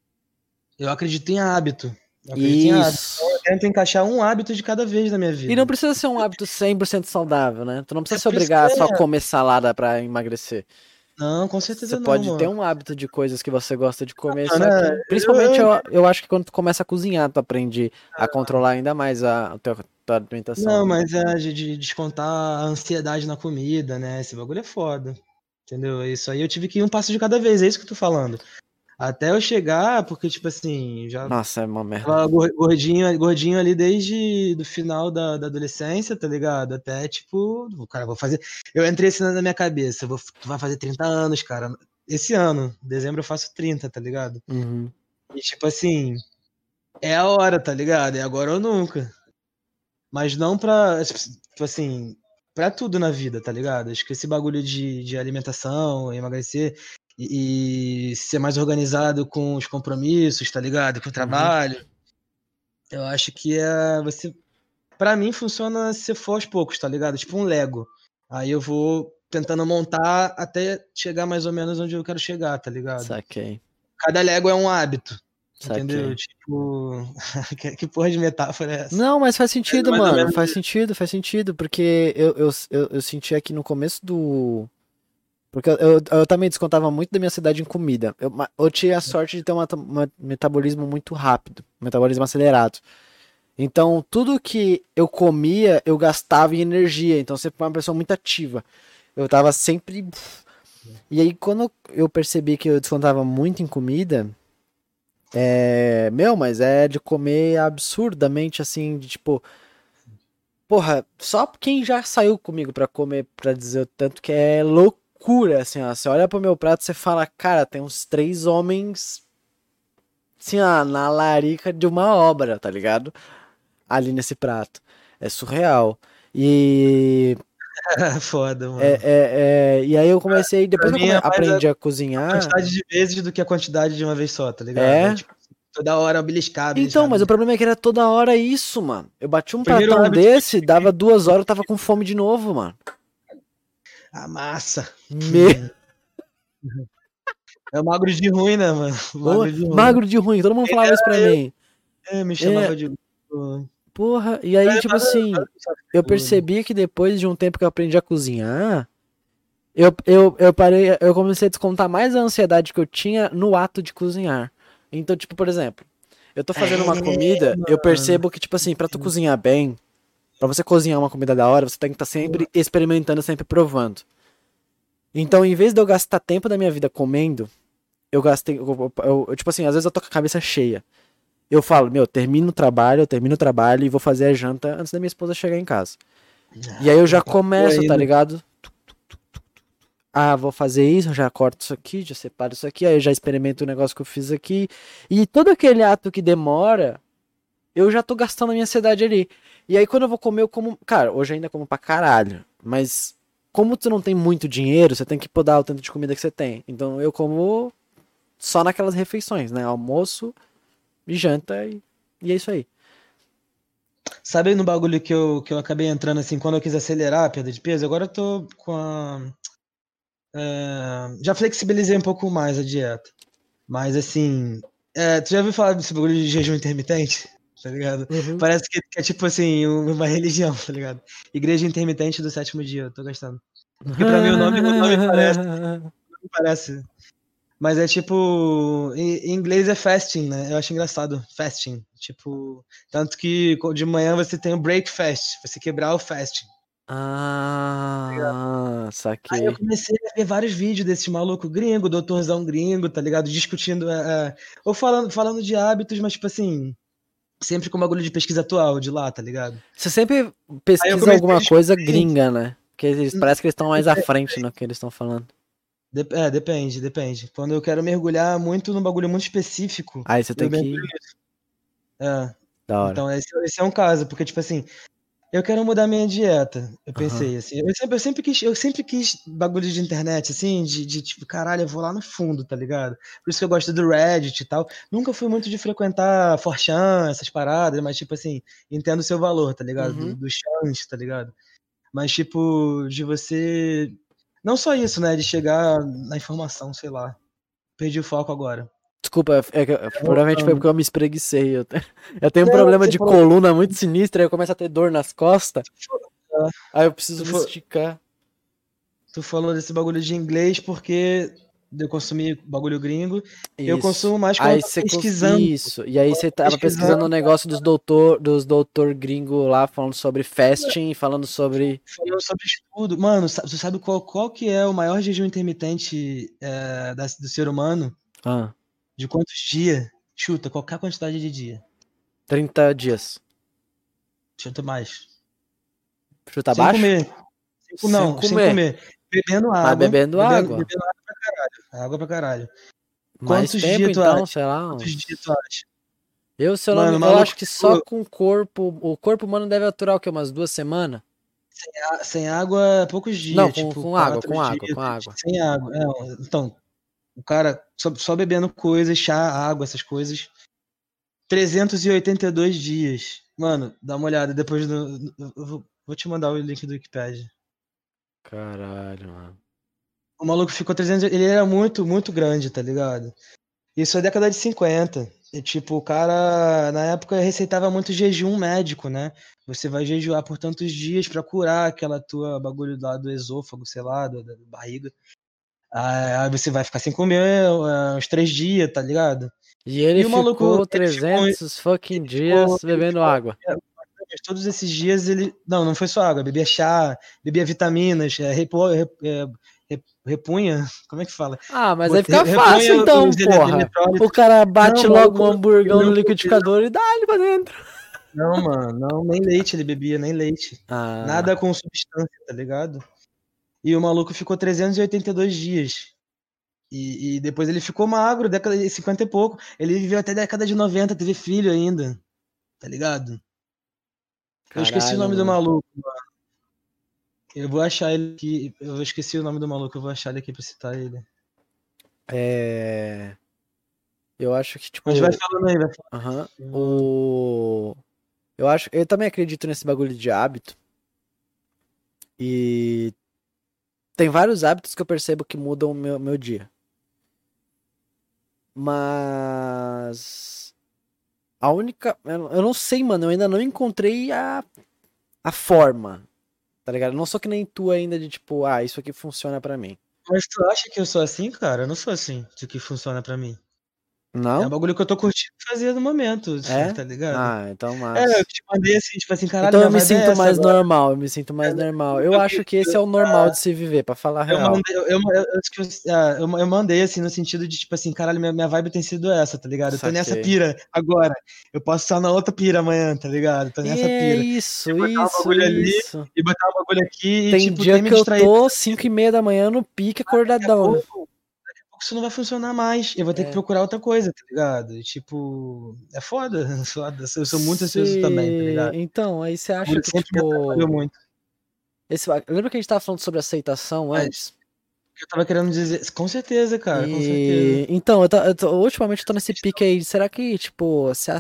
eu acredito em hábito. Eu acredito em hábito. Então, eu Isso. tento encaixar um hábito de cada vez na minha E não vida. precisa ser um hábito 100% saudável, né? Tu não É precisa se por isso obrigar a só que comer salada pra emagrecer. Não, com Você certeza não, pode ter mano. um hábito de coisas que você gosta de comer, Mano, só que. eu, Principalmente eu eu acho que quando tu começa a cozinhar, tu aprende a controlar ainda mais a tua alimentação. Não, mas é de descontar a ansiedade na comida, né? Esse bagulho é foda. Entendeu? Isso aí eu tive que ir um passo de cada vez, é isso que eu tô falando. Até eu chegar, porque, tipo assim, já Nossa, é uma merda. tava gordinho ali desde do final da adolescência, tá ligado? Até, tipo, cara, vou fazer. Eu entrei assim na minha cabeça, tu vai fazer 30 anos, cara. Esse ano, em dezembro eu faço 30, tá ligado? Uhum. E, tipo assim, é a hora, tá ligado? É agora ou nunca. Mas não pra, tipo assim, pra tudo na vida, tá ligado? Acho que esse bagulho de alimentação, emagrecer e ser mais organizado com os compromissos, tá ligado? Com o Uhum. trabalho, eu acho que você, pra mim funciona se for aos poucos, tá ligado? Tipo um Lego. Aí eu vou tentando montar até chegar mais ou menos onde eu quero chegar, tá ligado? Saquei. Cada Lego é um hábito, entendeu? Saquei. Tipo, que porra de metáfora é essa? Não, mas faz Mas é sentido, mais ou mano. menos Faz sentido, porque eu senti aqui no começo do. Porque eu também descontava muito da minha cidade em comida. Eu tinha a sorte de ter um metabolismo muito rápido, um metabolismo acelerado. Então, tudo que eu comia, eu gastava em energia. Então, eu sempre fui uma pessoa muito ativa. Eu tava sempre. E aí, quando eu percebi que eu descontava muito em comida, mas é de comer absurdamente assim, de tipo. Porra, só quem já saiu comigo pra comer, pra dizer o tanto que é loucura, assim, ó. Você olha pro meu prato e você fala, cara, tem uns 3 homens, assim, ó, na larica de uma obra, tá ligado? Ali nesse prato. É surreal. E Foda, mano. E aí eu comecei, depois Pra que eu mim é mais aprendi a a cozinhar. quantidade de vezes do que a quantidade de uma vez só, tá ligado? É. Tipo, toda hora beliscar, Então, beliscar, mas o beliscar. problema é que era toda hora isso, mano. Eu bati um Primeiro pratão hábito que eu desse, dava tive, 2 horas, eu tava com fome de novo, mano. a massa. Me... É o magro de ruim, né, mano? Ô, Magro de ruim. magro de ruim, todo mundo Ele falava isso pra era eu, mim. me É, chamava de. porra, e aí, tipo assim, eu Tudo. percebi que depois de um tempo que eu aprendi a cozinhar, eu parei, eu comecei a descontar mais a ansiedade que eu tinha no ato de cozinhar. Então, tipo, por exemplo, eu tô fazendo uma comida, eu Mano. percebo que, tipo assim, pra tu cozinhar bem, pra você cozinhar uma comida da hora, você tem que estar sempre experimentando, sempre provando. Então, em vez de eu gastar tempo da minha vida comendo, eu gastei, tipo assim, às vezes eu tô com a cabeça cheia. Eu falo, meu, eu termino o trabalho e vou fazer a janta antes da minha esposa chegar em casa. E aí eu já começo, tá Ainda. ligado? Ah, vou fazer isso, eu já corto isso aqui, já separo isso aqui, aí eu já experimento o negócio que eu fiz aqui. E todo aquele ato que demora, eu já tô gastando a minha ansiedade ali. E aí quando eu vou comer, eu como. Cara, hoje ainda como pra caralho. Mas como tu não tem muito dinheiro, você tem que podar o tanto de comida que você tem. Então eu como só naquelas refeições, né? Almoço e janta e é isso aí. Sabe no bagulho que eu acabei entrando assim, quando eu quis acelerar a perda de peso? Agora eu tô com a. Já flexibilizei um pouco mais a dieta. Mas assim. Tu já ouviu falar desse bagulho de jejum intermitente? Tá ligado? Uhum. Parece que é tipo assim, uma religião, tá ligado? Igreja intermitente do sétimo dia, eu tô gostando. Porque pra mim o nome parece. Mas é tipo, em inglês é fasting, né? Eu acho engraçado, fasting. Tipo, tanto que de manhã você tem o breakfast, você quebrar o fasting. Ah, Aí eu saquei. comecei a ver vários vídeos desse maluco gringo, doutorzão gringo, tá ligado? Discutindo, ou falando de hábitos, mas tipo assim, sempre com bagulho de pesquisa atual de lá, tá ligado? Você sempre Aí eu pesquisa comecei a alguma coisa descobrir. gringa, né? Porque parece que eles estão mais à frente no que eles estão falando. Depende. Quando eu quero mergulhar muito num bagulho muito específico, Aí você eu tem mergulho que. nisso. É. Da hora. Então esse é um caso, porque tipo assim, eu quero mudar minha dieta. Eu Aham. pensei assim, eu sempre quis bagulho de internet, assim, de tipo, caralho, eu vou lá no fundo, tá ligado? Por isso que eu gosto do Reddit e tal. Nunca fui muito de frequentar 4chan, essas paradas, mas tipo assim, entendo o seu valor, tá ligado? Uhum. Do chance, tá ligado? Mas tipo, de você. Não só isso, né? De chegar na informação, sei lá. Perdi o foco agora. Desculpa, provavelmente foi Voltando. porque eu me espreguicei. Eu tenho um Não, problema você de falou. coluna muito sinistro, aí eu começo a ter dor nas costas, aí eu preciso Tu, me fa- esticar. Tu falou desse bagulho de inglês porque eu consumi bagulho gringo. Eu Isso. consumo mais quando eu Aí tô você. pesquisando. Isso. E aí Quando eu você tô tava pesquisando o pesquisando, negócio dos doutor gringo lá, falando sobre fasting, falando sobre. falando sobre estudo. Mano, tu sabe qual que é o maior jejum intermitente do ser humano? Ah, De quantos dias? Chuta, qualquer quantidade de dia. 30 dias. Chuta mais. Chuta Sem baixo? comer. Sem Não, sem comer. comer. Bebendo Mas água. bebendo Bebendo, água. bebendo água pra caralho. Água pra caralho. Mais Quantos tempo dias tu então, acha? sei lá, Quantos dias uns. tu acha? Eu, se eu não Mano, me... o eu maluco acho que só ficou com o corpo. O corpo humano deve aturar o quê? Umas 2 semanas? sem água poucos Não, dias, com, tipo, com água, 4 com água, dias com água. sem água. Então, o cara só bebendo coisas, chá, água, essas coisas. 382 dias. Mano, dá uma olhada depois do. Eu vou te mandar o link do Wikipedia. Caralho, mano. O maluco ficou 300. Ele era muito, muito grande, tá ligado? Isso é década de 50. E, tipo, o cara, na época, receitava muito jejum médico, né? Você vai jejuar por tantos dias pra curar aquela tua bagulho lá do esôfago, sei lá, da barriga. Aí você vai ficar sem comer uns 3 dias, tá ligado? E ele E o maluco, ficou 300 fucking dias ele bebendo ficou, água. mas todos esses dias ele, não foi só água, bebia chá, bebia vitaminas, repunha, como é que fala? Ah, mas aí fica fácil Repunha então, os porra. O eletrólitos. cara Não, bate o logo maluco, um hamburgão ele no não, liquidificador e dá ele pra dentro. não, mano, não, nem leite ele bebia, nem leite. Ah, Nada com substância, tá ligado? E o maluco ficou 382 dias. E depois ele ficou magro, década de 50 e pouco. Ele viveu até década de 90, teve filho ainda, tá ligado? Eu esqueci o caralho, nome do mano. maluco. Eu vou achar ele aqui. Eu esqueci o nome do maluco, eu vou achar ele aqui pra citar ele. Eu acho que, tipo. Mas vai falando aí, vai Aham. falando. Eu também acredito nesse bagulho de hábito. E tem vários hábitos que eu percebo que mudam o meu dia. Mas a única. Eu não sei, mano. Eu ainda não encontrei a forma. Tá ligado? Eu não sou que nem tu ainda de tipo, isso aqui funciona pra mim. Mas tu acha que eu sou assim, cara? Eu não sou assim, de que funciona pra mim. É um Não? bagulho que eu tô curtindo fazer no momento, É? tá ligado? Então Eu massa. te mandei assim, tipo assim, caralho, Então eu minha me vibe é sinto essa mais agora. normal, eu me sinto mais normal. Eu acho que esse é o normal de se viver, pra falar a Eu real. mandei, acho que eu mandei assim, no sentido de, tipo assim, caralho, minha vibe tem sido essa, tá ligado? Eu tô nessa Saquei. pira agora. Eu posso estar na outra pira amanhã, tá ligado? Tô nessa É pira. isso, E botar um isso, bagulho ali, isso. e botar um bagulho aqui, e Tem tipo, dia tem me que eu distraído. tô 5:30 da manhã no pique Daqui a acordadão. pouco isso não vai funcionar mais. Eu vou ter que procurar outra coisa, tá ligado? E, tipo, é foda, foda. Eu sou muito ansioso também, tá ligado? Então, aí você O acha bagulho que, sempre me atrapalhou tipo. muito. Lembra que a gente tava falando sobre aceitação Mas antes? eu tava querendo dizer, com certeza, cara, com certeza. Então, ultimamente eu tô nesse pique aí. Será que, tipo, se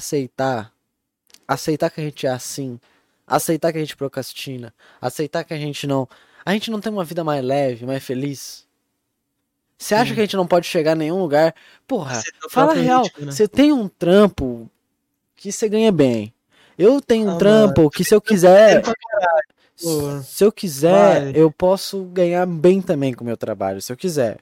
aceitar que a gente é assim, aceitar que a gente procrastina, aceitar que a gente não tem uma vida mais leve, mais feliz? Você acha que a Sim. gente não pode chegar em nenhum lugar? Porra, Aceitar o fala a próprio real, ritmo, né? você tem um trampo que você ganha bem. Eu tenho um Mano, trampo que se eu maneiro quiser, pra caralho, pô. Vai. eu posso ganhar bem também com o meu trabalho, se eu quiser.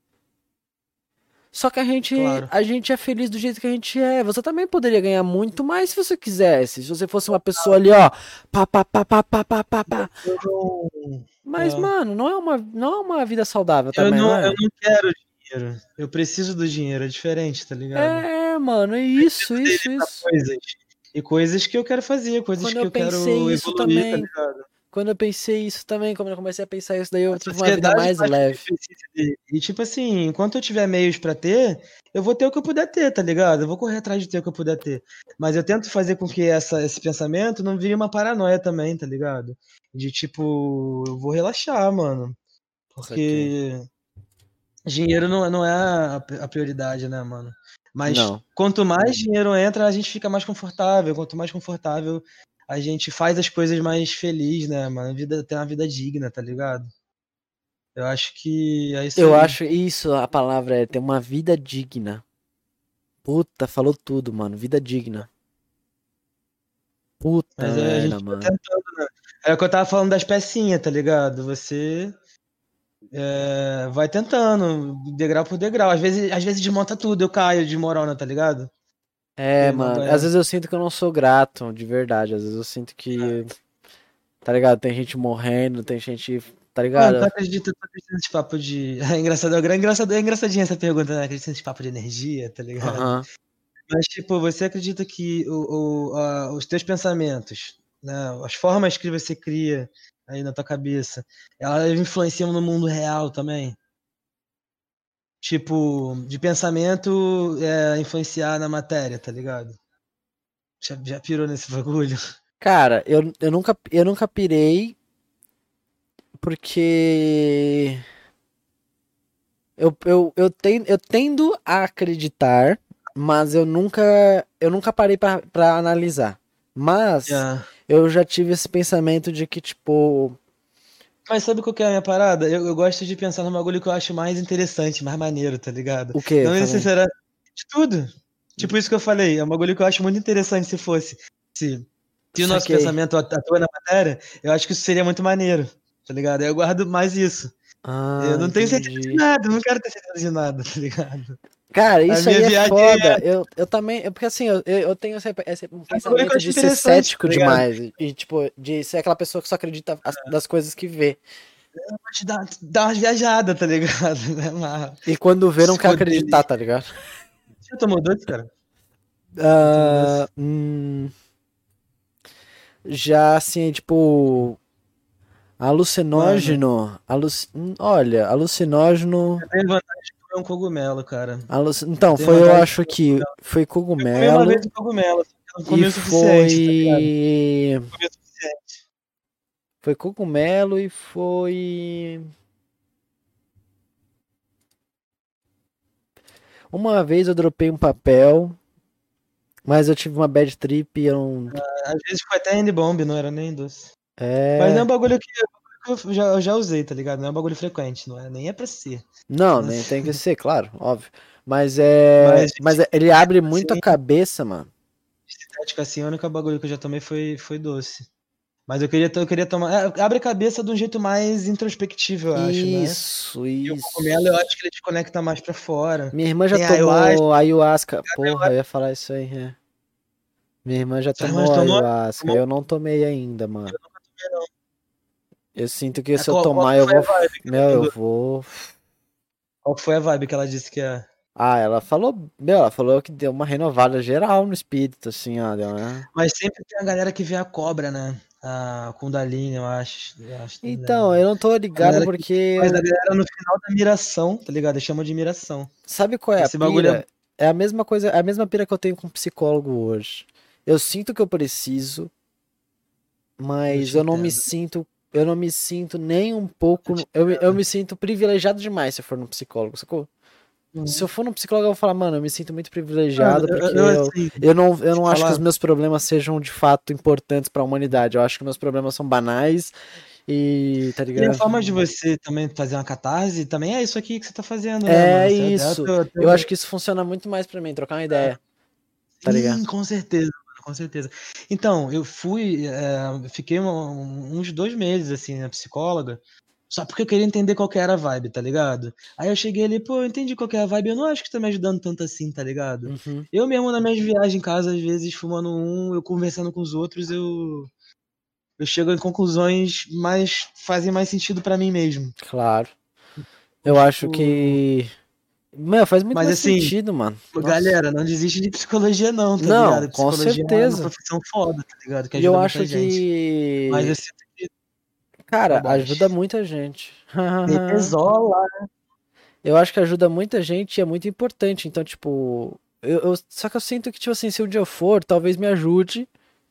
Só que Claro. a gente é feliz do jeito que a gente é. Você também poderia ganhar muito mais se você quisesse. Se você fosse uma pessoa ali, ó, pá, pá, pá, pá, pá, pá, pá, pá. Eu não. Mas, mano, não é uma vida saudável Eu também, não não, eu é? não quero dinheiro. Eu preciso do dinheiro, é diferente, tá ligado? Mano, é isso, Dele pra isso. coisas. E coisas que eu quero fazer, coisas Quando que eu eu pensei quero isso evoluir, tá também, ligado? quando eu comecei a pensar isso, daí eu A tive uma vida sociedade mais faz com que leve. eu precise dele. E tipo assim, enquanto eu tiver meios pra ter, eu vou ter o que eu puder ter, tá ligado? Eu vou correr atrás de ter o que eu puder ter. Mas eu tento fazer com que esse pensamento não vire uma paranoia também, tá ligado? De tipo, eu vou relaxar, mano. Saquei. Porque dinheiro não é a prioridade, né, mano? Mas Não. quanto mais dinheiro entra, a gente fica mais confortável. Quanto mais confortável, a gente faz as coisas mais feliz, né, mano? Ter uma vida digna, tá ligado? Eu acho que é isso Eu aí. acho isso, a palavra é ter uma vida digna. Puta, falou tudo, mano. Vida digna. Puta Mas a merda, gente tá mano. tentando, né? É o que eu tava falando das pecinhas, tá ligado? Você vai tentando, degrau por degrau. Às vezes desmonta tudo, eu caio de morona, tá ligado? Mano, às vezes eu sinto que eu não sou grato, de verdade. Às vezes eu sinto que, tá ligado? Tem gente morrendo, tem gente, tá Mano, ligado? tu acredita nesse papo de. É engraçado, é engraçadinha essa pergunta, né? Acredita nesse papo de energia, tá ligado? Aham. Mas, tipo, você acredita que os teus pensamentos, né? As formas que você cria aí na tua cabeça, elas influenciam no mundo real também? Tipo, de pensamento influenciar na matéria, tá ligado? Já pirou nesse bagulho? Cara, eu nunca pirei porque eu tendo a acreditar, mas eu nunca parei pra analisar. Mas Yeah. eu já tive esse pensamento de que, tipo, Mas sabe qual que é a minha parada? Eu gosto de pensar no bagulho que eu acho mais interessante, mais maneiro, tá ligado? o quê? Não Falei. necessariamente de tudo. Tipo isso que eu falei, é um bagulho que eu acho muito interessante se fosse. Se o nosso Saquei. pensamento atua na matéria, eu acho que isso seria muito maneiro, tá ligado? Eu guardo mais isso. Eu Ah, não tenho certeza de entendi. nada, eu não quero ter certeza de nada, tá ligado? Cara, A isso minha aí é viagem foda. Eu também. Porque assim, eu tenho esse é um bagulho que eu pensamento acho de ser interessante, cético tá ligado? demais. E, tipo, de ser aquela pessoa que só acredita das coisas que vê. Pode dar umas viajadas, tá ligado? Né, mas E quando vê, não se quer foder ali. acreditar, tá ligado? Já tomou doce, cara? Já tomou Ah, doce? já assim, tipo. Mano, Alucinógeno. Olha, alucinógeno. eu tenho vontade de comer um cogumelo, cara. Eu Então, tenho foi, eu vontade de acho comer um que cogumelo. foi Eu comi uma cogumelo vez um cogumelo, só que eu não e comi o suficiente, tá ligado? foi. Não comi o suficiente. Foi cogumelo e foi. Uma vez eu dropei um papel, mas eu tive uma bad trip e eu não. Às vezes foi até N-bomb, não era nem doce. Mas não é É. um bagulho que eu já usei, tá ligado? Não é um bagulho frequente, não é? Nem é pra ser. Não, Mas, nem tem que ser, claro, óbvio. Mas é. mas Mas ele abre muito a assim, cabeça, mano. sintética assim, o único bagulho que eu já tomei foi doce. Mas eu queria tomar. Abre a cabeça de um jeito mais introspectivo, eu acho, né? Isso, E o isso. cogumelo eu acho que ele te conecta mais pra fora. Minha irmã já Tem ayahuasca. tomou ayahuasca. Porra, eu ia falar isso aí, é. Minha irmã já Sua irmã tomou tomou? ayahuasca. Tomou? Eu não tomei ainda, mano. Eu não. Eu sinto que se eu Qual tomar, eu foi a vou. vibe que ela Meu, eu mandou? vou. Qual foi a vibe que ela disse que é? Ah, ela falou. Meu, ela falou que deu uma renovada geral no espírito, assim, ó. Deu, né? Mas sempre tem a galera que vê a cobra, né? A Kundalini, eu acho. Eu acho também. Então, eu não tô A ligado galera que porque. faz a galera no final da miração, tá ligado? Eles chamam de miração. Sabe qual é a Esse bagulho pira? É a mesma coisa, é a mesma pira que eu tenho com psicólogo hoje. Eu sinto que eu preciso, eu mas te entendo. eu não me sinto nem um pouco. Eu te Eu entendo. me sinto privilegiado demais se eu for no psicólogo, sacou? Se eu Uhum. for no psicólogo, eu vou falar, mano, eu me sinto muito Mano, privilegiado porque assim, eu te não acho que os falar. meus problemas sejam de fato importantes pra humanidade. Eu acho que meus problemas são banais e, tá E a ligado? forma de você também fazer uma catarse também é isso aqui que você tá fazendo, né, É mano? Você é isso. Eu acho que isso funciona muito mais pra mim, trocar uma ideia, tá ligado? sim, com certeza, mano, com certeza. Então, eu fiquei uns 2 meses, assim, na psicóloga, só porque eu queria entender qual que era a vibe, tá ligado? Aí eu cheguei ali, pô, eu entendi qual que é a vibe, eu não acho que tá me ajudando tanto assim, tá ligado? Uhum, Eu mesmo, nas minhas viagens em casa, às vezes, fumando eu conversando com os outros, eu chego em conclusões mais, fazem mais sentido pra mim mesmo. claro. Então, Eu acho tipo, que. Meu, faz muito mas mais assim, sentido, mano. Nossa. galera, não desiste de psicologia não, tá Não, ligado? com Psicologia é uma certeza. profissão foda, tá ligado? Que E eu ajuda acho muita gente. Mas eu que. sinto que Cara, ajuda bobagem. muita gente. Bebezola. Eu acho que ajuda muita gente e é muito importante. Então, tipo. Só que eu sinto que, tipo assim, se um dia eu for, talvez me ajude.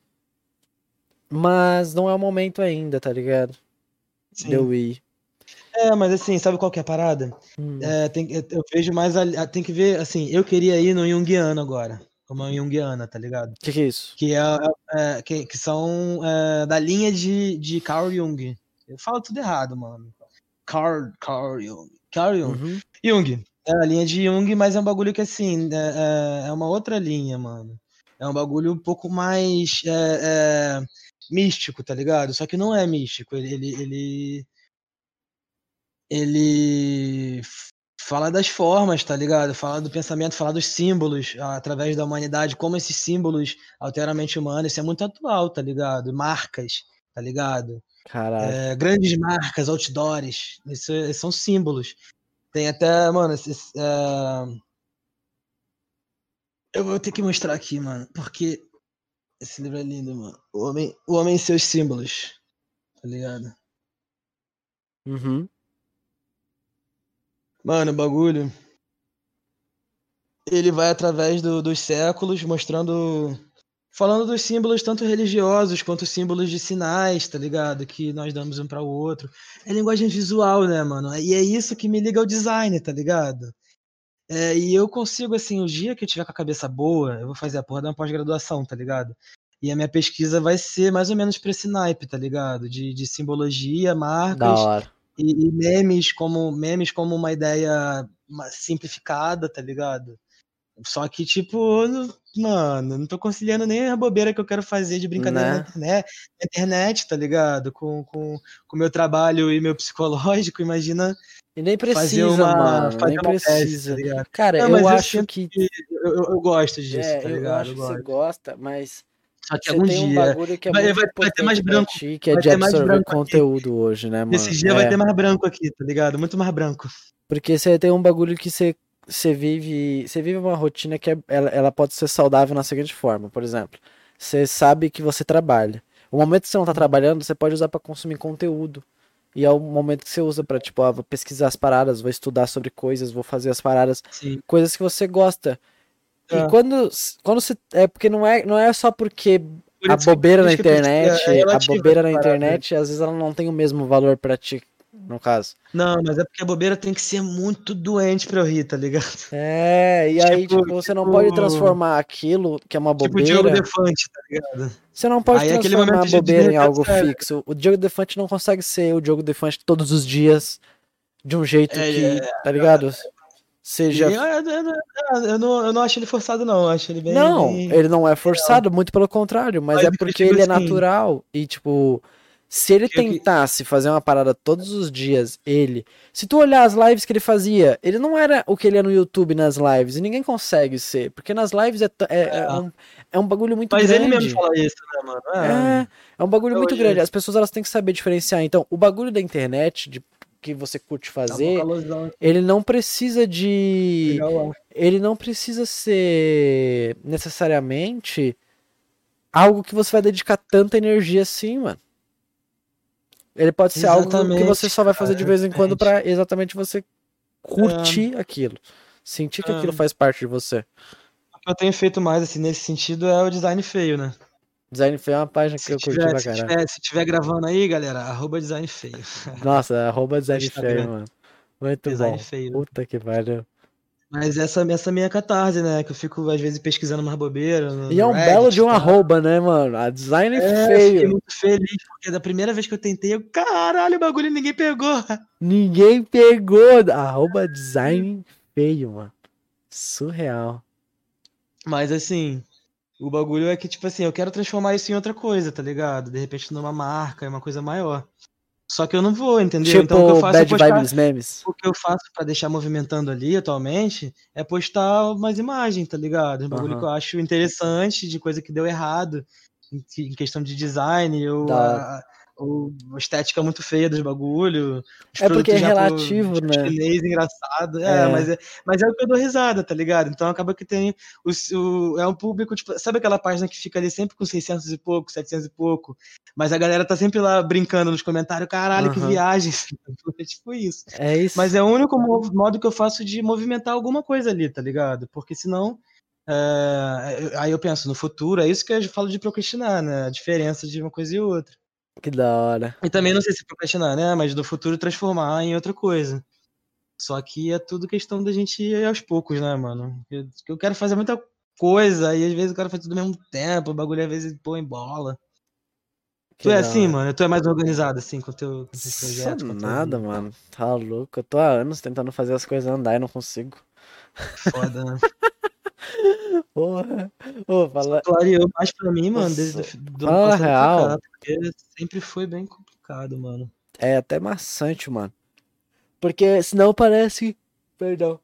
Mas não é o momento ainda, tá ligado? De Sim. eu ir. Mas assim, sabe qual que é a parada? Hum. Eu vejo mais tem que ver, assim, eu queria ir no Jungiano agora. Uma Jungiana, tá ligado? Que é isso? Que são da linha de Carl Jung. Eu falo tudo errado, mano. Carl Jung. Carl Jung. Uhum. Jung. É a linha de Jung, mas é um bagulho que, assim, é uma outra linha, mano. É um bagulho um pouco mais místico, tá ligado? Só que não é místico. Ele fala das formas, tá ligado? Fala do pensamento, fala dos símbolos através da humanidade, como esses símbolos alteram a mente humana. Isso é muito atual, tá ligado? Marcas, tá ligado? Caralho. Grandes marcas, outdoors, isso são símbolos. Tem até, mano, eu vou ter que mostrar aqui, mano, porque esse livro é lindo, mano. O homem e seus símbolos, tá ligado? Uhum. Mano, o bagulho, ele vai através dos séculos mostrando, falando dos símbolos tanto religiosos quanto símbolos de sinais, tá ligado? Que nós damos um para o outro. É linguagem visual, né, mano? E é isso que me liga ao design, tá ligado? E eu consigo, assim, o dia que eu tiver com a cabeça boa, eu vou fazer a porra da pós-graduação, tá ligado? E a minha pesquisa vai ser mais ou menos pra esse naipe, tá ligado? De simbologia, Da marcas hora. e memes como uma ideia simplificada, tá ligado? Só que, tipo, mano, não tô conciliando nem a bobeira que eu quero fazer de brincadeira Né? na internet, tá ligado? Com o meu trabalho e meu psicológico, imagina E nem fazer precisa, mano. fazer Nem uma tese, tá precisa. ligado? Cara, Não, eu mas eu acho sinto que. que eu gosto disso, tá Eu ligado? acho Eu que você gosto. gosta, mas Só que você algum tem um dia bagulho que é vai, muito vai, vai ter mais importante pra branco, ti, que é vai de ter mais absorver branco aqui. conteúdo hoje, né, Nesse mano? dia vai ter mais branco aqui, tá ligado? Muito mais branco. Porque você tem um bagulho que você vive uma rotina que ela pode ser saudável na seguinte forma, por exemplo, você sabe que você trabalha. O momento que você não tá trabalhando, você pode usar pra consumir conteúdo. E é o momento que você usa pra, tipo, vou pesquisar as paradas, vou estudar sobre coisas, vou fazer as paradas, Sim. coisas que você gosta. E É. quando você, é porque não é só porque por a isso que- bobeira por na isso que eu pensei, internet, a relativa bobeira essa na parada. internet, às vezes ela não tem o mesmo valor pra ti, no caso. Não, mas é porque a bobeira tem que ser muito doente pra eu rir, tá ligado? E aí, Tipo, tipo, você não pode transformar aquilo, que é uma tipo Diogo bobeira, Defante, tá ligado? você não pode Aí é aquele transformar a momento de bobeira em repente, algo sério. fixo. O Diogo Defante não consegue ser o Diogo Defante todos os dias, de um jeito que, tá ligado? Seja. Eu não acho ele forçado, não. Eu acho ele bem, Não, bem ele não é forçado, muito pelo contrário, mas Mas é o que eu porque digo ele é assim, natural e, tipo, se ele que- tentasse fazer uma parada todos os dias, se tu olhar as lives que ele fazia, ele não era o que ele é no YouTube nas lives, e ninguém consegue ser, porque nas lives é um bagulho muito Mas ele mesmo grande. fala isso, né, mano? É um bagulho muito hoje grande. As pessoas elas têm que saber diferenciar. Então, o bagulho da internet, que você curte tá um fazer, calorzão aqui, ele não precisa de. legal lá. Ele não precisa ser necessariamente algo que você vai dedicar tanta energia assim, mano. Ele pode ser algo que você Exatamente, só vai fazer cara, de vez em quando exatamente. pra exatamente você curtir aquilo. Sentir que aquilo É, faz parte de você. o que eu tenho feito mais, assim, nesse sentido é o design feio, né? Design feio é uma página que Se eu curti tiver, pra se caralho. tiver, se tiver gravando aí, galera, @design feio. Nossa, No @design feio, Instagram, mano. Muito design bom. feio. Puta que pariu. Mas essa minha catarse, né? Que eu fico, às vezes, pesquisando mais bobeira no, E é no um belo de Reddit e um tal. arroba, né, mano? A design Eu fiquei feio. muito feliz, porque da primeira vez que eu tentei, caralho, o bagulho ninguém pegou. Ninguém pegou. @design feio, mano. Surreal. Mas assim, o bagulho é que, tipo assim, eu quero transformar isso em outra coisa, tá ligado? De repente numa marca, em uma coisa maior. Só que eu não vou, entendeu? Então o que eu Tipo, faço é Bad postar. Vibes Memes. O que eu faço pra deixar movimentando ali atualmente é postar umas imagens, tá ligado? Um bagulho que Aham. eu acho interessante, de coisa que deu errado, em questão de design, Da hora. ou a estética muito feia dos bagulho, os É porque é produtos relativo, né? chinês engraçado. É. Mas é o que eu dou risada, tá ligado? Então acaba que tem é um público, tipo, sabe aquela página que fica ali sempre com 600 e pouco, 700 e pouco, mas a galera tá sempre lá brincando nos comentários, caralho, que Aham. viagem. É tipo isso. É Mas isso. é o único modo que eu faço de movimentar alguma coisa ali, tá ligado? Porque senão. Aí eu penso, no futuro, é isso que eu falo de procrastinar, né? A diferença de uma coisa e outra. Que da hora. E também não sei se procrastinar, né? Mas no futuro transformar em outra coisa. Só que é tudo questão da gente ir aos poucos, né, mano? Eu quero fazer muita coisa, e às vezes eu quero fazer tudo ao mesmo tempo, o bagulho às vezes põe em bola. Tu Que é da assim, hora. mano? Tu é mais organizado, assim, com teus Sou projetos, com a tua nada, vida? mano. Tá louco. Eu tô há anos tentando fazer as coisas andar e não consigo. Foda, né? Porra. Ô, Só fala. clareou mais pra mim, mano, desde Nossa, do ano fala a passado pra real. cá, porque sempre foi bem complicado, mano. É até maçante, mano. Porque senão parece. Perdão.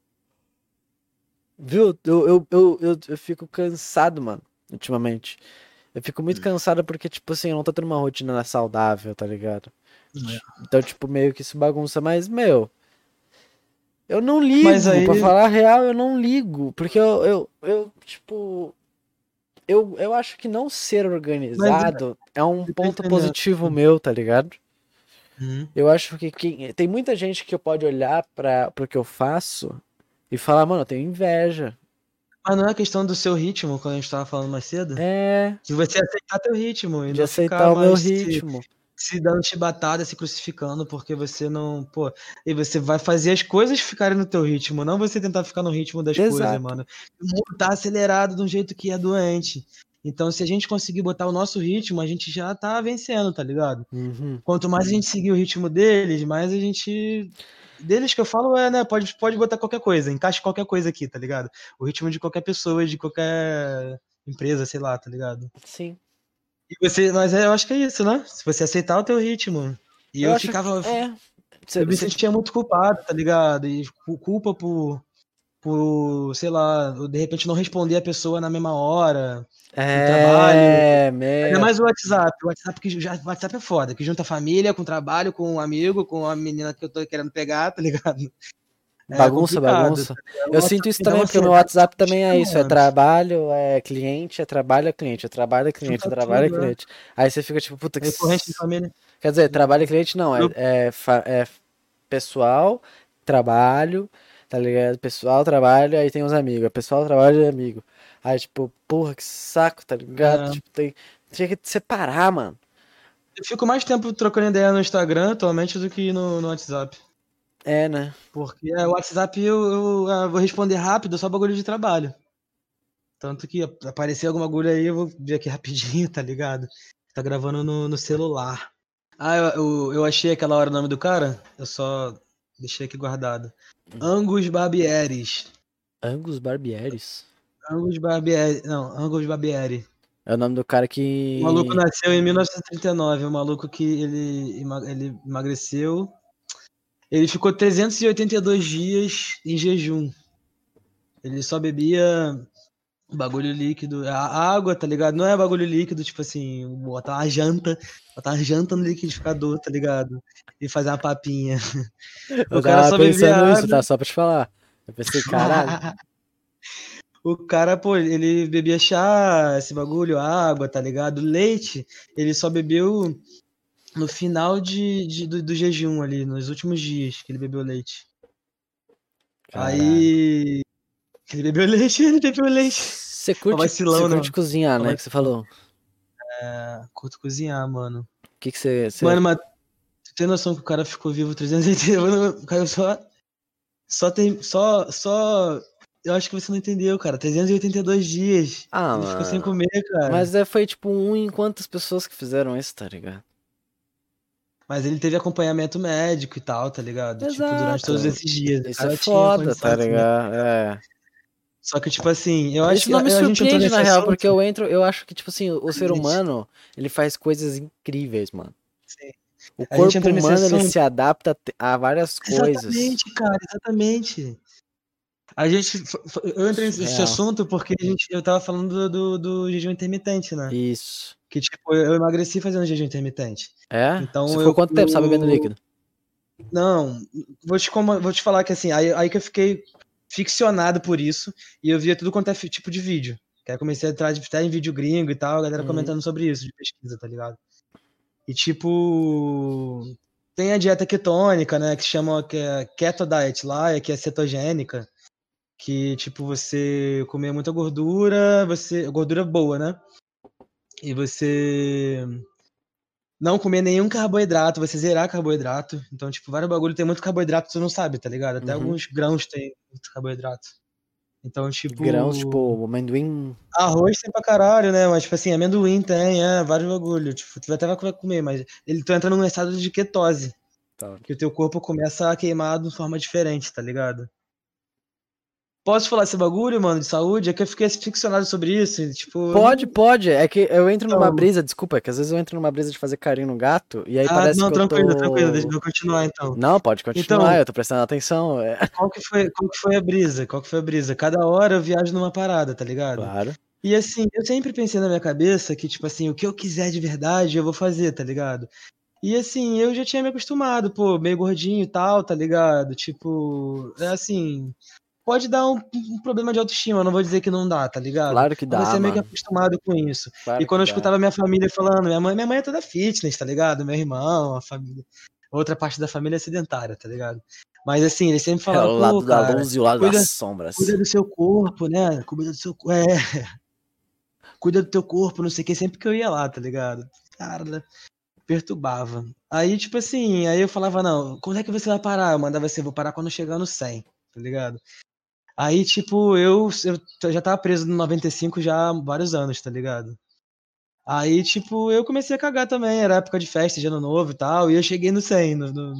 Viu? Eu fico cansado, mano, ultimamente. Eu fico muito cansado porque, tipo assim, eu não tô tendo uma rotina saudável, tá ligado? Então, tipo, meio que isso bagunça, mas, meu, eu não Mas ligo, pra aí, falar a real, eu não ligo. Porque tipo, eu acho que não ser mas organizado é um eu tô ponto entendendo. positivo meu, tá ligado? Uhum. Eu acho que tem muita gente que pode olhar pro que eu faço e falar, mano, eu tenho inveja. Mas não é questão do seu ritmo, quando a gente tava falando mais cedo? É, De você aceitar teu ritmo e de não ficar aceitar o meu mais ritmo. se dando chibatada, se crucificando, porque você não, pô, e você vai fazer as coisas ficarem no teu ritmo, não você tentar ficar no ritmo das coisas, Exato. mano. O mundo tá acelerado de um jeito que é doente. Então, se a gente conseguir botar o nosso ritmo, a gente já tá vencendo, tá ligado? Uhum. Quanto mais a gente seguir o ritmo deles, mais a gente. Deles que eu falo é, né? Pode botar qualquer coisa, encaixe qualquer coisa aqui, tá ligado? O ritmo de qualquer pessoa, de qualquer empresa, sei lá, tá ligado? Sim. Mas eu acho que é isso, né? Se você aceitar o teu ritmo. E Eu eu acho que ficava. é. Eu me Você sentia muito culpado, tá ligado? E culpa sei lá, eu, de repente não responder a pessoa na mesma hora, no trabalho. é, Ainda meu. mais o WhatsApp. O WhatsApp é foda, que junta a família com o trabalho, com um amigo, com a menina que eu tô querendo pegar, tá ligado? É Bagunça, complicado. Tá bagunça. ligado? O Eu sinto WhatsApp isso me dá também, uma porque o meu ansiedade WhatsApp também é isso. É mano. trabalho, é cliente, é trabalho, é cliente, é trabalho, é cliente, é Junta trabalho, é tudo, né? cliente. Aí você fica tipo, puta que. Recorrente de família. Quer dizer, trabalho e cliente não, Grupo. é pessoal, trabalho, tá ligado? Pessoal, trabalho, aí tem os amigos. É pessoal, trabalho e amigo. Aí, tipo, porra, que saco, tá ligado? É, Tipo, tem Tinha que separar, mano. Eu fico mais tempo trocando ideia no Instagram atualmente do que no WhatsApp. É, né? Porque o WhatsApp eu vou responder rápido, só bagulho de trabalho. Tanto que aparecer algum bagulho aí, eu vou ver aqui rapidinho, tá ligado? Tá gravando no celular. Ah, eu achei aquela hora o nome do cara, eu só deixei aqui guardado. Angus Barbieres. Angus Barbieres. Angus Barbieri. Não, Angus Barbieri. É o nome do cara O maluco que... nasceu em 1939. O maluco que ele emagreceu. Ele ficou 382 dias em jejum. Ele só bebia bagulho líquido. A água, tá ligado? Não é bagulho líquido, tipo assim, botar uma janta no liquidificador, tá ligado? E fazer uma papinha. Eu O cara tava só bebia pensando isso, água. tá? Só pra te falar. Eu pensei, caralho. O cara, pô, ele bebia chá, esse bagulho, água, tá ligado? Leite, ele só bebeu no final do jejum ali, nos últimos dias que ele bebeu leite. Caralho. Aí. Ele bebeu leite, ele bebeu leite. Você Ó, vacilão, curte não. cozinhar, Ó, né? Que você falou. curto cozinhar, mano. O que você... Mano, mas tu tem noção que o cara ficou vivo 380 anos? O cara só. Eu acho que você não entendeu, cara. 382 dias. Ah, Ele ficou sem mano. comer, cara. Mas foi tipo em quantas pessoas que fizeram isso, tá ligado? Mas ele teve acompanhamento médico e tal, tá ligado? Tipo, durante todos Exato. esses dias. O Isso é cara tinha foda, tá condições, né? ligado? É. Só que, tipo assim, eu acho Isso que não me a gente entrou surpreende, nesse na real, porque assunto. eu acho que, tipo assim, o ser Gente, humano, ele faz coisas incríveis, mano. sim. O A gente corpo entrou nesse humano, ele assunto. se adapta a várias coisas. Exatamente, cara, exatamente. Eu entrei nesse Surreal. assunto porque eu tava falando do jejum intermitente, né? Isso. Que, tipo, eu emagreci fazendo jejum intermitente. É? Você Então ficou quanto tempo só bebendo líquido? Não, vou te falar que assim, aí que eu fiquei ficcionado por isso e eu via tudo quanto é tipo de vídeo. Que aí comecei a entrar até em vídeo gringo e tal, a galera comentando sobre isso, de pesquisa, tá ligado? E tipo, tem a dieta ketônica, né, que chama que é keto diet lá, que é cetogênica, que tipo você comer muita gordura, gordura boa, né? E você não comer nenhum carboidrato, você zerar carboidrato. Então, tipo, vários bagulho tem muito carboidrato, você não sabe, tá ligado? Até Uhum. alguns grãos tem muito carboidrato. Então, Grãos, tipo. tipo, amendoim. Arroz tem pra caralho, né? Mas, tipo assim, amendoim tem, vários bagulho. Tipo, tu até vai comer, mas tu entra num estado de ketose. Tá. Que o teu corpo começa a queimar de forma diferente, tá ligado? Posso falar esse bagulho, mano, de saúde? É que eu fiquei ficcionado sobre isso. E, tipo, eu não. Pode. É que eu entro numa Então, brisa, desculpa, é que às vezes eu entro numa brisa de fazer carinho no gato, e aí parece não, que eu tranquilo, deixa tô... eu continuar então. Não, pode continuar, Então, eu tô prestando atenção. qual que foi a brisa? Qual que foi a brisa? Cada hora eu viajo numa parada, tá ligado? Claro. E assim, eu sempre pensei na minha cabeça que, tipo assim, o que eu quiser de verdade eu vou fazer, tá ligado? E assim, eu já tinha me acostumado, pô, meio gordinho e tal, tá ligado? Tipo, é assim, pode dar um problema de autoestima, eu não vou dizer que não dá, tá ligado? Claro que Mas dá, você é meio que mano. acostumado com isso. E Claro que quando eu dá. escutava minha família falando, minha mãe é toda fitness, tá ligado? Meu irmão, a família. Outra parte da família é sedentária, tá ligado? Mas assim, eles sempre É o falavam, pô, lado da cara, luz e o lado das cuida, sombras. cuida do seu corpo, né? Cuida do seu cuida do teu corpo, não sei o que, sempre que eu ia lá, tá ligado? Cara, perturbava. Aí, tipo assim, aí eu falava, não, quando é que você vai parar? Eu mandava assim, vou parar quando chegar no 100, tá ligado? Aí, tipo, eu já tava preso no 95 já há vários anos, tá ligado? Aí, tipo, eu comecei a cagar também, era época de festa, de ano novo e tal, e eu cheguei no 100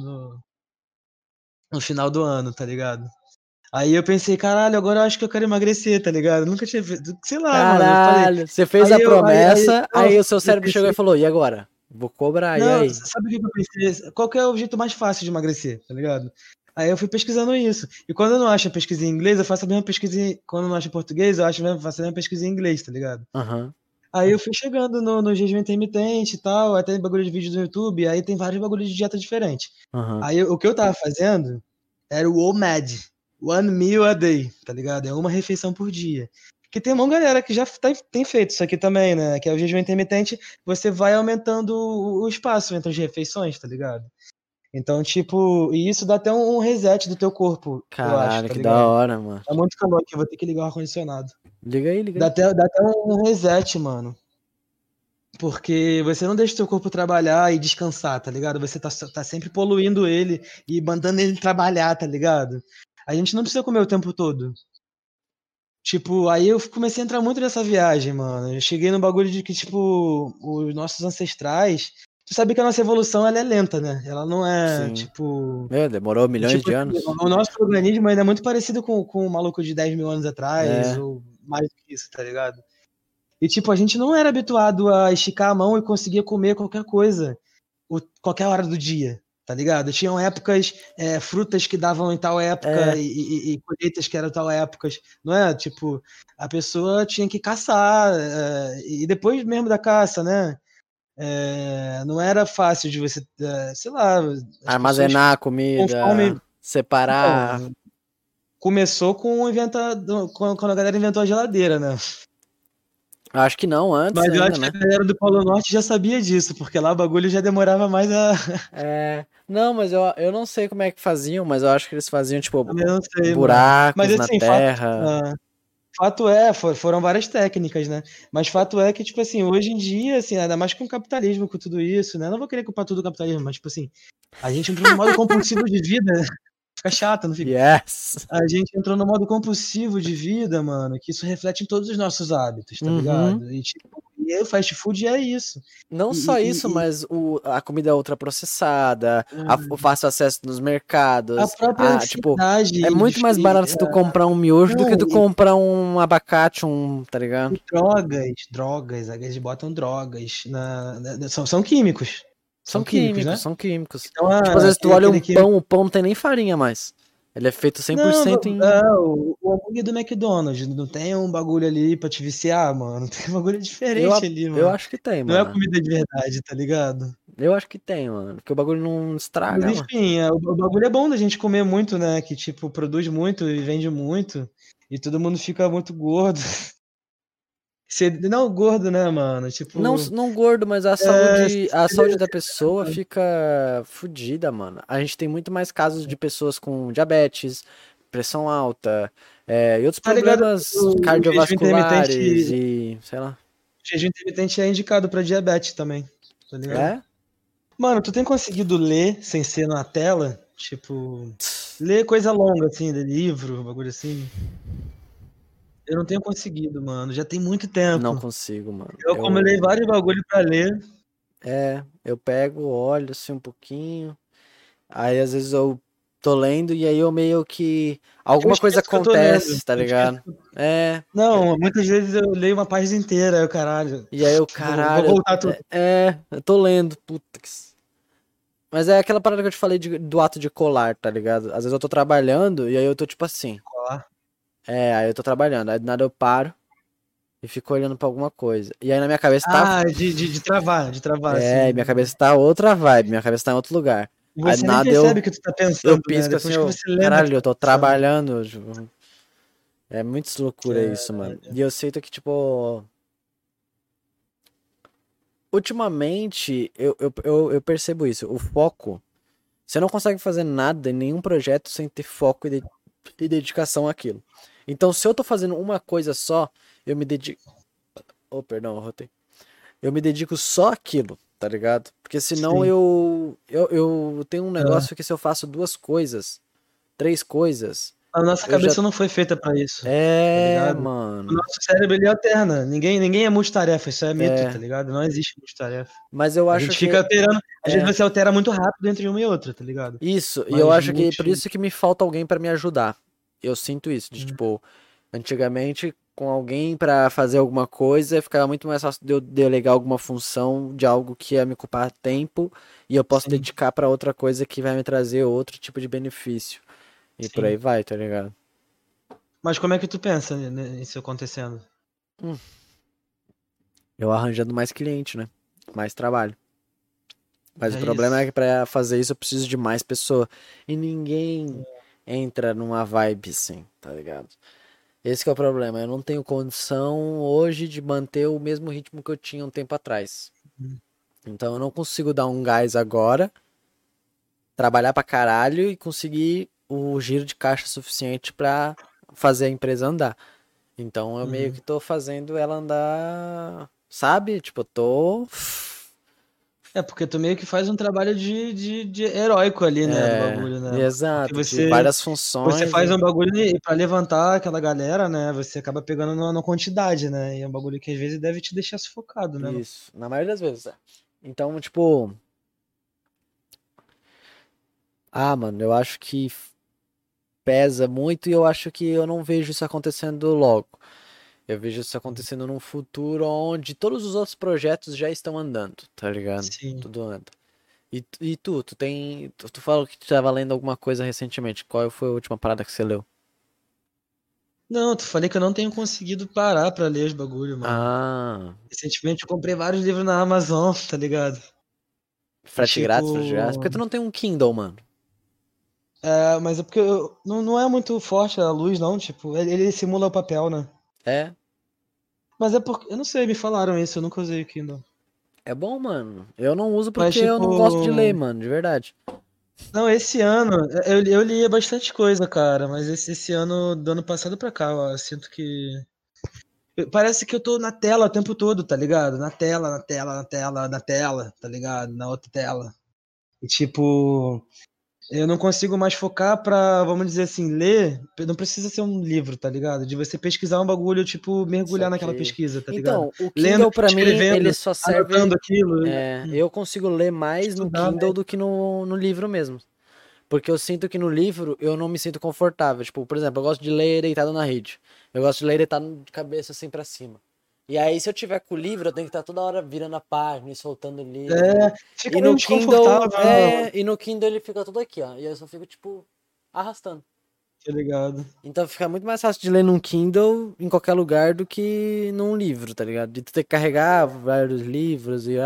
no final do ano, tá ligado? Aí eu pensei, caralho, agora eu acho que eu quero emagrecer, tá ligado? Nunca tinha, sei lá, mano, eu falei. Caralho, você fez a promessa, aí o seu Eu cérebro chegou e pensei, falou, e agora? Vou cobrar, e não, aí? sabe o que eu pensei? Qual que é o jeito mais fácil de emagrecer, tá ligado? Aí eu fui pesquisando isso. E quando eu não acho a pesquisa em inglês, eu faço a mesma pesquisa quando eu não acho em português, faço a mesma pesquisa em inglês, tá ligado? Aham. Aí eu fui chegando no jejum intermitente e tal, até bagulho de vídeo do YouTube, aí tem vários bagulhos de dieta diferentes. Aham. Aí o que eu tava fazendo era o OMAD, One Meal a Day, tá ligado? É uma refeição por dia. Que tem uma galera que já tem feito isso aqui também, né? Que é o jejum intermitente, você vai aumentando o espaço entre as refeições, tá ligado? Então, tipo, e isso dá até um reset do teu corpo, eu acho, Caralho, tá que da ligado? hora, mano. Tá muito calor aqui, eu vou ter que ligar o ar-condicionado. Liga aí, liga Dá aí. até, dá até um reset, mano. Porque você não deixa o seu corpo trabalhar e descansar, tá ligado? Você tá sempre poluindo ele e mandando ele trabalhar, tá ligado? A gente não precisa comer o tempo todo. Tipo, aí eu comecei a entrar muito nessa viagem, mano. Eu cheguei no bagulho de que, tipo, os nossos ancestrais. Tu sabe que a nossa evolução ela é lenta, né? Ela não é, Sim. tipo. Demorou milhões Tipo, de assim, anos. o nosso organismo ainda é muito parecido com o maluco de 10 mil anos atrás, É. ou mais do que isso, tá ligado? E, tipo, a gente não era habituado a esticar a mão e conseguir comer qualquer coisa, qualquer hora do dia, tá ligado? Tinham épocas, frutas que davam em tal época É. e colheitas que eram tal épocas, não é? Tipo, a pessoa tinha que caçar, e depois mesmo da caça, né? Não era fácil de você, sei lá, as pessoas Armazenar a conforme. comida, separar. Não, começou quando a galera inventou a geladeira, né? Acho que não, antes Mas eu ainda, acho que né? a galera do Polo Norte já sabia disso, porque lá o bagulho já demorava mais a. Não, mas eu não sei como é que faziam, mas eu acho que eles faziam, tipo, Eu não sei, mano. Mas buracos na assim, terra. fato é, foram várias técnicas, né? Mas fato é que, tipo assim, hoje em dia, assim, ainda mais com o capitalismo, com tudo isso, né? Não vou querer culpar tudo o capitalismo, mas, tipo assim, a gente entrou no modo compulsivo de vida, fica chato, não fica? Yes! A gente entrou no modo compulsivo de vida, mano, que isso reflete em todos os nossos hábitos, tá Uhum. ligado? E, tipo, o fast food é isso. Não só isso, E, mas a comida ultraprocessada, o fácil acesso nos a mercados. própria Tipo, ansiedade é muito mais barato se tu comprar um miojo do que não, tu comprar um abacate, tá ligado? e drogas, eles botam drogas são químicos. São químicos, né? São químicos. Então, Tipo, às vezes tu olha um aquele químico. pão, o pão não tem nem farinha mais. Ele é feito Não, 100% em... o hambúrguer do McDonald's não tem um bagulho ali pra te viciar, mano. Tem um bagulho Eu, diferente ali, eu mano. acho que tem, Não é mano. comida de verdade, tá ligado? Eu acho que tem, mano. Porque o bagulho não Mas estraga, mano. enfim, o bagulho é bom da gente comer muito, né? Que tipo, produz muito e vende muito. E todo mundo fica muito gordo. Não gordo, né, mano? Não, Tipo, não gordo, mas é, a saúde da pessoa fica fodida, mano. A gente tem muito mais casos de pessoas com diabetes, pressão alta, e outros tá ligado? problemas O jejum cardiovasculares intermitente, e sei lá. o jejum intermitente é indicado pra diabetes também, tá ligado? É? Mano, tu tem conseguido ler sem ser na tela? Tipo, ler coisa longa, assim, de livro, bagulho assim? Eu não tenho conseguido, mano. Já tem muito Não tempo. consigo, mano. Eu acumulei vários bagulho pra ler. Eu pego, olho assim um pouquinho. Aí às vezes eu tô lendo e aí eu meio que. Eu Alguma coisa esqueço que eu tô lendo. acontece, tá Eu esqueço. ligado? É. Não, muitas vezes eu leio uma página inteira, aí eu, caralho. E aí eu, Vou caralho. voltar tudo. Eu tô lendo, puta que. Mas é aquela parada que eu te falei do ato de colar, tá ligado? Às vezes eu tô trabalhando e aí eu tô tipo assim. Colar. Aí eu tô trabalhando, aí do nada eu paro e fico olhando pra alguma coisa. E aí na minha cabeça tá. De travar, assim. Minha cabeça tá outra vibe, minha cabeça tá em outro lugar. E Aí do você nem nada percebe o que tu tá eu pensando, né? pisco assim, Depois que você lembra que caralho, eu tá tô pensando. trabalhando. Tipo, é muito loucura isso, mano. E eu sinto que, tipo. Ultimamente, eu percebo isso. O foco. Você não consegue fazer nada em nenhum projeto sem ter foco e dedicação àquilo. Então, se eu tô fazendo uma coisa só, eu me dedico. Oh, perdão, eu rotei. Eu me dedico só àquilo, tá ligado? Porque senão Sim. eu tenho um negócio que se eu faço duas coisas, três coisas, A nossa eu já. cabeça não foi feita pra isso, tá ligado? O Mano. nosso cérebro, ele alterna. Ninguém é multitarefa, isso é mito, tá É. ligado? Não existe multitarefa. Mas eu A acho gente fica que. alterando. Às vezes É. você altera muito rápido entre uma e outra, tá ligado? Isso, e eu Mas acho que por isso que me falta alguém pra me ajudar. Eu sinto isso, de tipo, antigamente com alguém pra fazer alguma coisa, ficava muito mais fácil de eu delegar alguma função de algo que ia me ocupar tempo e eu posso Sim, dedicar pra outra coisa que vai me trazer outro tipo de benefício. E por sim. aí vai, tá ligado? Mas como é que tu pensa nisso acontecendo? Eu arranjando mais cliente, né? Mais trabalho. Mas o É problema é isso. que pra fazer isso eu preciso de mais pessoa. E ninguém entra numa vibe assim, tá ligado? Esse que é o problema. Eu não tenho condição hoje de manter o mesmo ritmo que eu tinha um tempo atrás. Então eu não consigo dar um gás agora, trabalhar pra caralho e conseguir o giro de caixa suficiente pra fazer a empresa andar. Então eu meio que tô fazendo ela andar sabe? Tipo, eu tô. É, porque tu meio que faz um trabalho de heróico ali, né, do bagulho, né? Porque Exato, de você, várias você funções. faz um bagulho e pra levantar aquela galera, né? Você acaba pegando na quantidade, né? E é um bagulho que às vezes deve te deixar sufocado, né? Isso, na maioria das vezes. Então, tipo. Mano, eu acho que pesa muito e eu acho que eu não vejo isso acontecendo logo. Eu vejo isso acontecendo num futuro onde todos os outros projetos já estão andando, tá ligado? Sim. Tudo anda. E tu falou que tu tava lendo alguma coisa recentemente. Qual foi a última parada que você leu? Não, tu falei que eu não tenho conseguido parar pra ler os bagulho, mano. Ah, Recentemente eu comprei vários livros na Amazon, tá ligado? E frete grátis, frete grátis. tipo. Porque tu não tem um Kindle, mano. Mas é porque não é muito forte a luz, não. Tipo, ele simula o papel, né? É, Mas é porque. Eu não sei, me falaram isso, eu nunca usei o Kindle. é bom, mano. Eu não uso Mas porque eu não gosto de ler, tipo. mano, de verdade. Não, esse ano, eu lia bastante coisa, cara, mas esse ano, do ano passado pra cá, ó, eu sinto que. Parece que eu tô na tela o tempo todo, tá ligado? Na tela, na tela, na tela, na tela, tá ligado? Na outra tela. E tipo, eu não consigo mais focar pra, vamos dizer assim, ler. Não precisa ser um livro, tá ligado? De você pesquisar um bagulho, tipo, Isso mergulhar naquela aqui. pesquisa, tá ligado? Então, o Lendo, Kindle pra mim, ele escrevendo, só serve. anotando aquilo. Eu consigo ler mais no Estudar, Kindle né? do que no livro mesmo. Porque eu sinto que no livro eu não me sinto confortável. Tipo, por exemplo, eu gosto de ler deitado na rede. Eu gosto de ler deitado de cabeça assim pra cima. E aí, se eu tiver com o livro, eu tenho que estar toda hora virando a página e soltando o livro. Fica E meio no desconfortável, Kindle, né, e no Kindle ele fica tudo aqui, ó. E eu só fico, tipo, arrastando. tá ligado? Então fica muito mais fácil de ler num Kindle em qualquer lugar do que num livro, tá ligado? De tu ter que carregar vários livros e.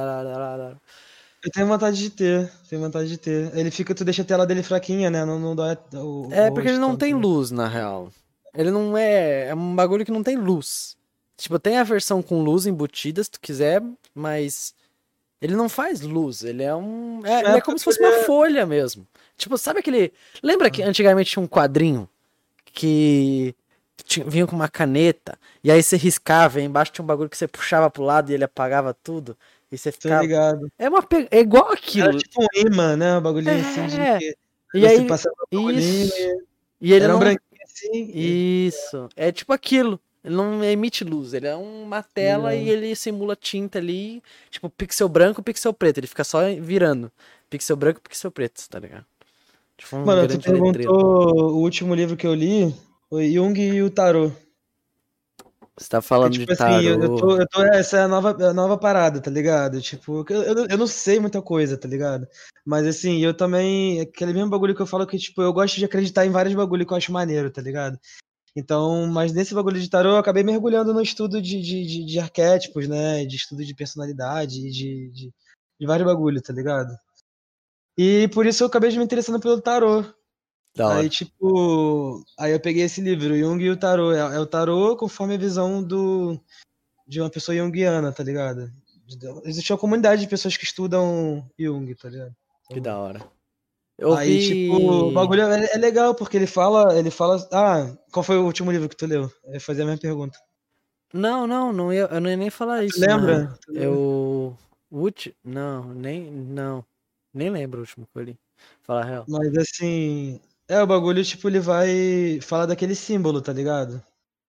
Eu tenho vontade de ter, tenho vontade de ter. Ele fica, tu deixa a tela dele fraquinha, né? Não dói É o porque ele rosto não tanto, tem né? luz, na real. Ele não é. É um bagulho que não tem luz. Tipo, tem a versão com luz embutida, se tu quiser, mas ele não faz luz. Ele é um. Na Ele é época como se que eu fosse uma lia... folha mesmo. Tipo, sabe aquele. Lembra que antigamente tinha um quadrinho que vinha com uma caneta, e aí você riscava, e embaixo tinha um bagulho que você puxava pro lado e ele apagava tudo, e você Tô ficava. ligado. É igual Era aquilo. tipo um imã, né? Um bagulhinho assim de É. que E você aí. passava o bagulhinho Isso. e E ele era um não. branquinho assim. Isso. É tipo aquilo. Ele não emite luz, ele é uma Tô tela e ligado. ele simula tinta ali, tipo pixel branco, pixel preto, ele fica só virando. Pixel branco, pixel preto, tá ligado? Tipo um Mano, tu grande letreiro. perguntou o último livro que eu li foi Jung e o Tarô. Você tá Que, falando de tipo assim, tarô. essa é a nova parada, tá ligado? Tipo, eu não sei muita coisa, tá ligado? Mas assim, eu também, aquele mesmo bagulho que eu falo que, tipo, eu gosto de acreditar em vários bagulhos que eu acho maneiro, tá ligado? Então, mas nesse bagulho de tarô, eu acabei mergulhando no estudo de arquétipos, né? De estudo de personalidade, de vários bagulhos, tá ligado? E por isso eu acabei me interessando pelo tarô. Da Aí, hora. tipo, aí eu peguei esse livro, Jung e o Tarô. É o tarô conforme a visão de uma pessoa junguiana, tá ligado? Existe uma comunidade de pessoas que estudam Jung, tá ligado? Que da Então, hora. Eu aí, tipo, o vi. bagulho é legal, porque ele fala. Ah, qual foi o último livro que tu leu? Eu ia fazer a mesma pergunta. Eu não ia nem falar Tu isso, na lembra? real. Eu. Não, nem. Não. Nem lembro o último que eu li. Falar a real. Mas assim. O bagulho, tipo, ele vai falar daquele símbolo, tá ligado?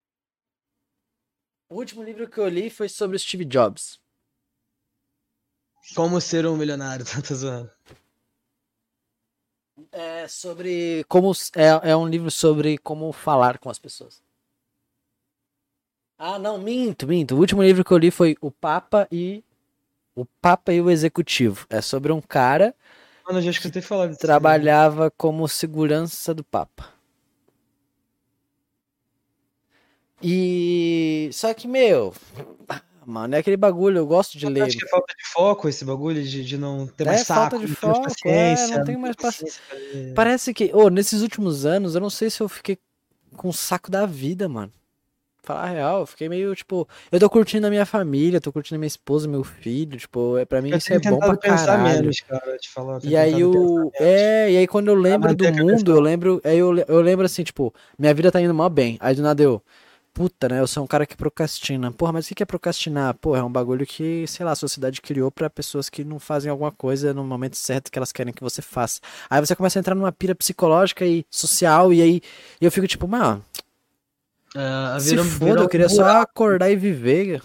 O último livro que eu li foi sobre o Steve Jobs. Como ser um milionário, tá zoando. É sobre como. É um livro sobre como falar com as pessoas. Ah, não, minto. O último livro que eu li foi O Papa e o Executivo. É sobre um cara Mano, eu já que escutei falar desse livro. trabalhava como segurança do Papa. E. Só que, meu. Mano, é aquele bagulho, eu gosto de Acho ler. que é falta de foco esse bagulho de não ter mais É falta saco, de não ter mais foco, não paciência, não tenho ter mais paciência. paciência pra ler. Parece que, nesses últimos anos, eu não sei se eu fiquei com o saco da vida, mano. Falar a real, eu fiquei meio, tipo, eu tô curtindo a minha família, tô curtindo a minha esposa, meu filho, tipo, pra mim Eu isso é tenho bom pra tentado pensar caralho. menos, cara, te falar, eu tenho E aí tentado pensar menos. e aí quando eu Pra lembro do manter a cabeça. mundo, eu lembro assim, tipo, minha vida tá indo mó bem. Aí do nada eu puta, né? Eu sou um cara que procrastina. Porra, mas o que é procrastinar? Porra, é um bagulho que, sei lá, a sociedade criou pra pessoas que não fazem alguma coisa no momento certo que elas querem que você faça. Aí você começa a entrar numa pira psicológica e social, e aí eu fico tipo, mano, se foda, eu queria só acordar e viver.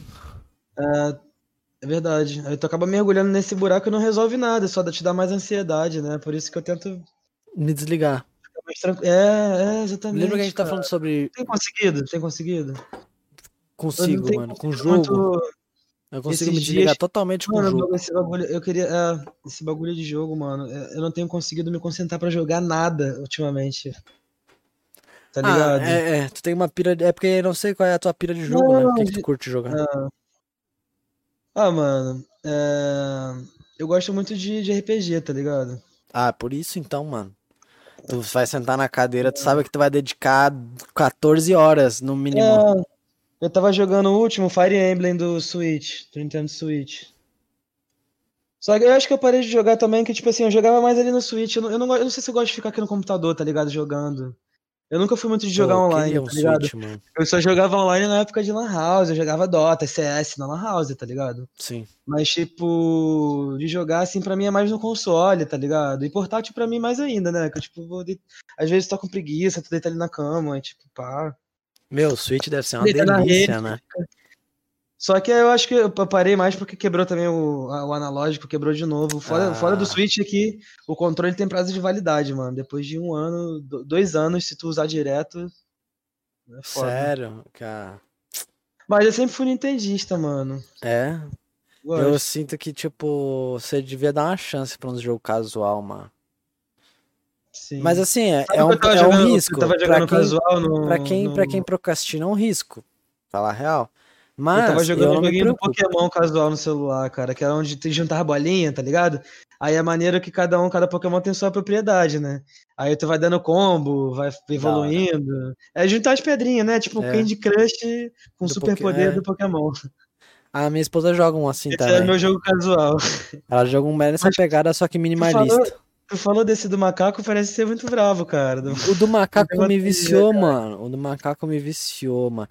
É verdade. Aí tu acaba mergulhando nesse buraco e não resolve nada, só te dá mais ansiedade, né? Por isso que eu tento Me desligar. ficar mais tranquilo. Exatamente. Lembra que a gente tá cara. falando sobre Tem conseguido? Tem conseguido? Eu não consigo, tenho mano, com conseguido jogo. muito Eu consigo esses me desligar dias. totalmente com o Mano, jogo. esse bagulho, eu queria. Esse bagulho de jogo, mano, eu não tenho conseguido me concentrar pra jogar nada ultimamente. Tá Ah, ligado? tu tem uma pira. É porque eu não sei qual é a tua pira de jogo, né? O que tu curte jogar? Mano, eu gosto muito de RPG, tá ligado? Ah, por isso então, mano. Tu vai sentar na cadeira, tu sabe que tu vai dedicar 14 horas no mínimo. Eu tava jogando o último Fire Emblem do Switch, do Nintendo Switch. Só que eu acho que eu parei de jogar também, que tipo assim, eu jogava mais ali no Switch. Eu não sei se eu gosto de ficar aqui no computador, tá ligado? Jogando. Eu nunca fui muito de Pô, jogar eu online, queria um tá ligado? Switch, mano. Eu só jogava online na época de Lan House, eu jogava Dota, CS na Lan House, tá ligado? Sim. Mas, tipo, de jogar, assim, pra mim é mais no console, tá ligado? E portátil pra mim mais ainda, né? Que eu, tipo, às vezes tô com preguiça, tu deita ali na cama, e, tipo, pá. Meu, o Switch deve ser uma Deita na rede. delícia, né? Só que eu acho que eu parei mais porque quebrou também o analógico, quebrou de novo. Fora do Switch aqui, o controle tem prazo de validade, mano. Depois de 1 ano, 2 anos, se tu usar direto, é foda. Sério, cara. Mas eu sempre fui nintendista, mano. É? Gosto. Eu sinto que, tipo, você devia dar uma chance pra um jogo casual, mano. Sim. Mas assim, Sabe é que eu tava um jogando- risco. Eu tava jogando casual no. Pra quem procrastina é um risco. Falar a real. Eu tava Mas jogando eu um não me joguinho do preocupo. Pokémon casual no celular, cara, que era onde tu juntava bolinha, tá ligado? Aí é maneiro que cada Pokémon tem sua propriedade, né? Aí tu vai dando combo, vai Da hora. evoluindo. É juntar as pedrinhas, né? Tipo o É. Candy Crush com Do superpoder é. do Pokémon. A minha esposa joga um assim Esse é também. meu jogo casual. Ela joga um nessa Mas pegada, só que tu minimalista. falou desse do macaco, parece ser muito bravo, cara. O do macaco me negócio de viciou, jogar. mano. O do macaco me viciou, mano.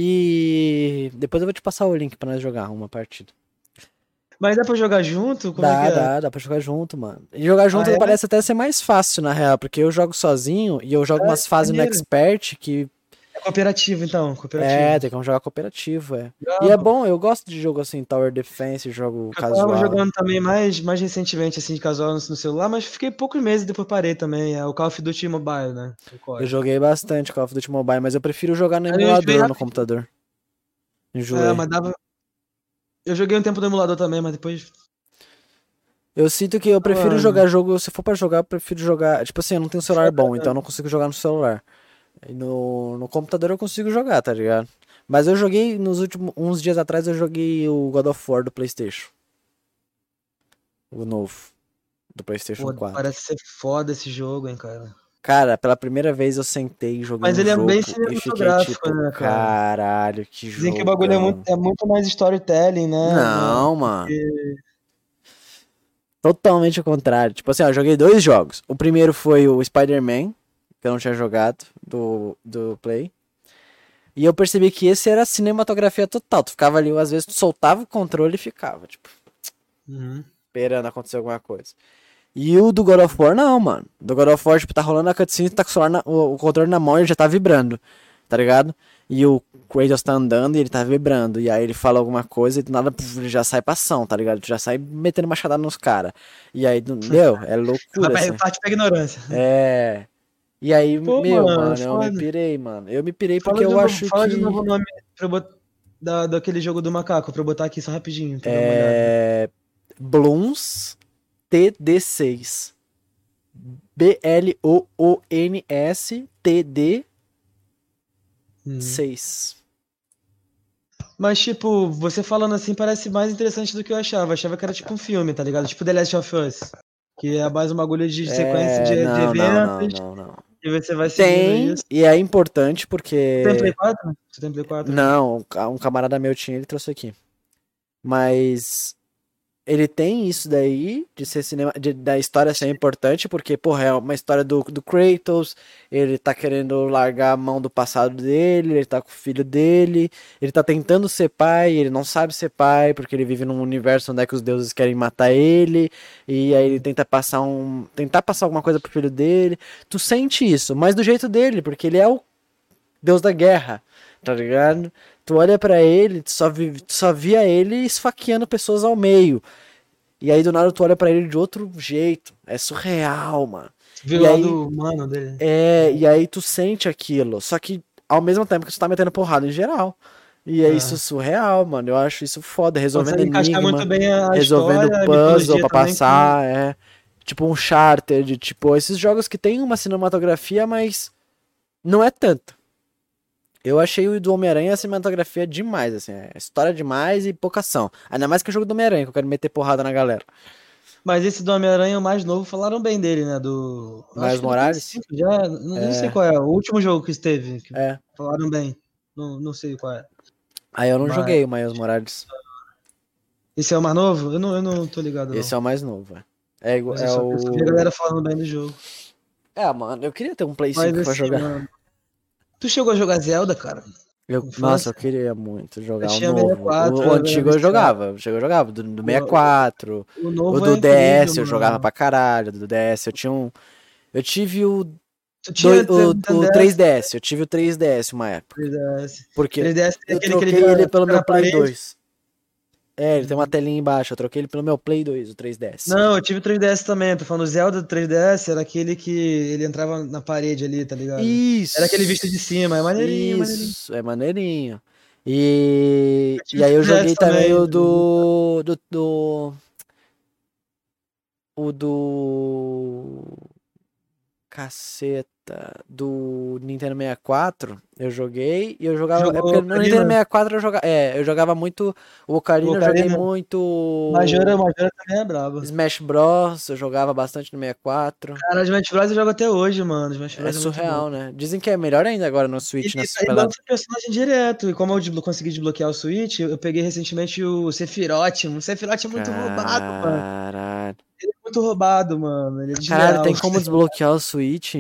E depois eu vou te passar o link pra nós jogar uma partida. Mas dá pra jogar junto? Como é que é? Dá pra jogar junto, mano. E jogar junto Ah, é? parece até ser mais fácil, na real, porque eu jogo sozinho e eu jogo umas fases no maneiro. Expert que. É cooperativo, então. É, Cooperativo. tem como jogar cooperativo, é. Legal, E é pô. bom, eu gosto de jogo assim, Tower Defense, jogo Eu tava casual. jogando também mais recentemente, assim, de casual no celular, mas fiquei poucos meses e depois parei também. É o Call of Duty Mobile, né? O COD. Eu joguei bastante Call of Duty Mobile, mas eu prefiro jogar no Aí eu enjoei emulador no rápido. computador. Enjoei. Mas dava. Eu joguei um tempo no emulador também, mas depois. Eu sinto que eu prefiro Mano, jogar jogo, se for pra jogar, eu prefiro jogar. Tipo assim, eu não tenho celular bom, então eu não consigo jogar no celular. E no computador eu consigo jogar, tá ligado? Mas eu joguei nos últimos. Uns dias atrás eu joguei o God of War do PlayStation. O novo. Do PlayStation pô, 4. parece ser foda esse jogo, hein, cara. Cara, pela primeira vez eu sentei e joguei Mas um ele é jogo bem e fiquei cinematográfico, tipo, né, cara? caralho, que Dizem que o bagulho jogão. é muito mais storytelling, né? Não, mano. Totalmente ao contrário. Tipo assim, ó, eu joguei 2 jogos. O primeiro foi o Spider-Man, que eu não tinha jogado, do Play. E eu percebi que esse era a cinematografia total. Tu ficava ali, às vezes tu soltava o controle e ficava, tipo, esperando acontecer alguma coisa. E o do God of War, não, mano. Do God of War, tipo, tá rolando a cutscene, tu tá com o, celular o controle na mão e ele já tá vibrando, tá ligado? E o Kratos tá andando e ele tá vibrando. E aí ele fala alguma coisa e do nada ele já sai pra ação, tá ligado? Tu já sai metendo machadada nos caras. E aí, meu, é loucura, assim. Parte pra ignorância. É. E aí, Pô, meu, mano, mano, eu me foda. pirei, mano. Eu me pirei Fala porque eu acho Fala de que novo o nome pra eu daquele jogo do macaco, pra eu botar aqui só rapidinho, pra eu dar uma olhada. é Bloons TD6. BLOONS TD 6. Mas, tipo, você falando assim parece mais interessante do que eu achava. Eu achava que era tipo um filme, tá ligado? Tipo The Last of Us. Que é mais um bagulho de sequência de eventos. Não. E você vai seguindo Tem, isso. e é importante porque. Você tem Play 4? Você tem Play 4? Não, um camarada meu tinha, ele trouxe aqui. Mas ele tem isso daí, de ser da história ser importante, porque, porra, é uma história do Kratos, ele tá querendo largar a mão do passado dele, ele tá com o filho dele, ele tá tentando ser pai, ele não sabe ser pai, porque ele vive num universo onde é que os deuses querem matar ele, e aí ele tentar passar alguma coisa pro filho dele. Tu sente isso, mas do jeito dele, porque ele é o deus da guerra, tá ligado? Tu olha pra ele, tu só via ele esfaqueando pessoas ao meio. E aí do nada tu olha pra ele de outro jeito. É surreal, mano. Viu E lá aí, do mano dele. e aí tu sente aquilo. Só que ao mesmo tempo que tu tá metendo porrada em geral. E é isso surreal, mano. Eu acho isso foda. Resolvendo Consegue encaixar enigma, muito bem a resolvendo história, a puzzle mitologia pra também. passar. É. Tipo um Uncharted. Tipo, esses jogos que tem uma cinematografia, mas não é tanto. Eu achei o do Homem-Aranha a cinematografia demais, assim, história demais e pouca ação. Ainda mais que o jogo do Homem-Aranha, que eu quero meter porrada na galera. Mas esse do Homem-Aranha, o mais novo, falaram bem dele, né? Miles Acho que do Morales? PS5 já. Não sei qual é. O último jogo que esteve. Que É. falaram bem. Não sei qual é. Aí eu não Mas- joguei o Miles Morales. Esse é o mais novo? Eu não tô ligado, não. Esse é o mais novo, é. Mas eu só vi a galera falando bem do jogo. Mano, eu queria ter um Play Mas 5 pra assim, jogar. mano. Tu chegou a jogar Zelda, cara? Nossa, eu queria muito jogar Eu o tinha novo. 64, O eu era antigo eu viciado. jogava, do 64. O O novo do é incrível, DS eu mano. jogava pra caralho, do DS. Eu tive Tu tinha o 3DS, eu tive o 3DS uma época. 3DS. Porque 3DS tem eu aquele que ele troquei ele vira pelo meu na Play parede. 2. Ele tem uma telinha embaixo, eu troquei ele pelo meu Play 2, o 3DS. Não, eu tive o 3DS também. Tô falando, o Zelda do 3DS era aquele que ele entrava na parede ali, tá ligado? Isso. Era aquele visto de cima, é maneirinho, maneirinho. Isso, é maneirinho. E tive aí eu 3DS joguei também também, o tá ligado? o do caceta do Nintendo 64, eu joguei e eu jogava, é porque Jogou no Nintendo Ocarina? 64 eu jogava muito o Ocarina, eu joguei Ocarina? muito Majora também é brabo. Smash Bros, eu jogava bastante no 64. Cara, Smash Bros eu jogo até hoje, mano. Smash É Bros é muito bom. surreal, né? Dizem que é melhor ainda agora no Switch, Ele nessa lança o personagem direto. E como eu consegui desbloquear o Switch, eu peguei recentemente o Sephiroth. O Sephiroth é muito roubado, mano. Caralho. Ele é muito roubado, mano. Ele é Caralho, desleal. tem como desbloquear o Switch?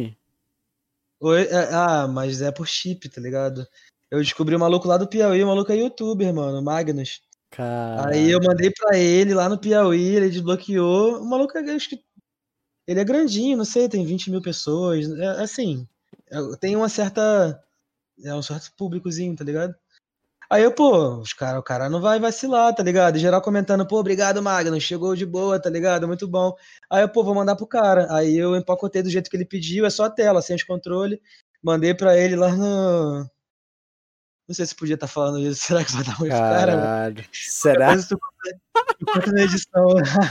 Mas é por chip, tá ligado? Eu descobri o maluco lá do Piauí, o maluco é youtuber, mano, o Magnus. Aí eu Caralho. mandei pra ele lá no Piauí, ele desbloqueou. O maluco acho que ele é grandinho, não sei, tem 20 mil pessoas. É assim, tem uma certa. É um certo públicozinho, tá ligado? Aí o cara não vai vacilar, tá ligado? E geral comentando, pô, obrigado, Magnus, chegou de boa, tá ligado? Muito bom. Aí vou mandar pro cara. Aí eu empacotei do jeito que ele pediu, é só a tela, sem os controles. Mandei pra ele lá no. Não sei se podia estar falando isso, será que vai dar ruim pro cara? Caralho. Será? Mas tu conta na edição.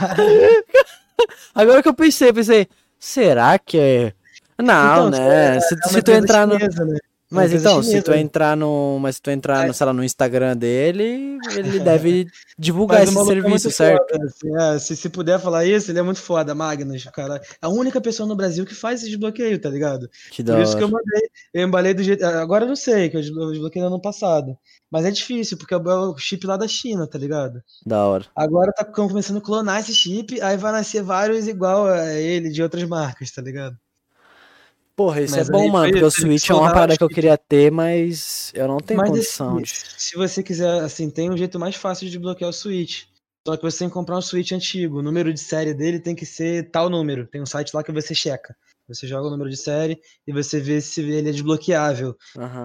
Agora que eu pensei, será que é? Não, Então, né? é Se uma tu empresa entrar no. chinesa, né? É uma Mas empresa então, se tu chinesa. entrar no. Mas se tu entrar no, sei lá, no Instagram dele, ele deve divulgar Mas o esse maluco é serviço, muito certo? foda. Assim, se puder falar isso, ele é muito foda, Magnus, cara. É a única pessoa no Brasil que faz esse desbloqueio, tá ligado? Que Por da isso que eu hora. mandei. Eu embalei do jeito. Agora eu não sei, que eu desbloqueei no ano passado. Mas é difícil, porque é o chip lá da China, tá ligado? Da hora. Agora tá começando a clonar esse chip, aí vai nascer vários igual a ele, de outras marcas, tá ligado? Porra, isso é Mas bom, aí mano, porque o teve que Switch é uma soldar o parada que eu chip. queria ter, mas eu não tenho Mas condição assim, de. se você quiser, assim, tem um jeito mais fácil de desbloquear o Switch. Só que você tem que comprar um Switch antigo. O número de série dele tem que ser tal número. Tem um site lá que você checa. Você joga o número de série e você vê se ele é desbloqueável Aham.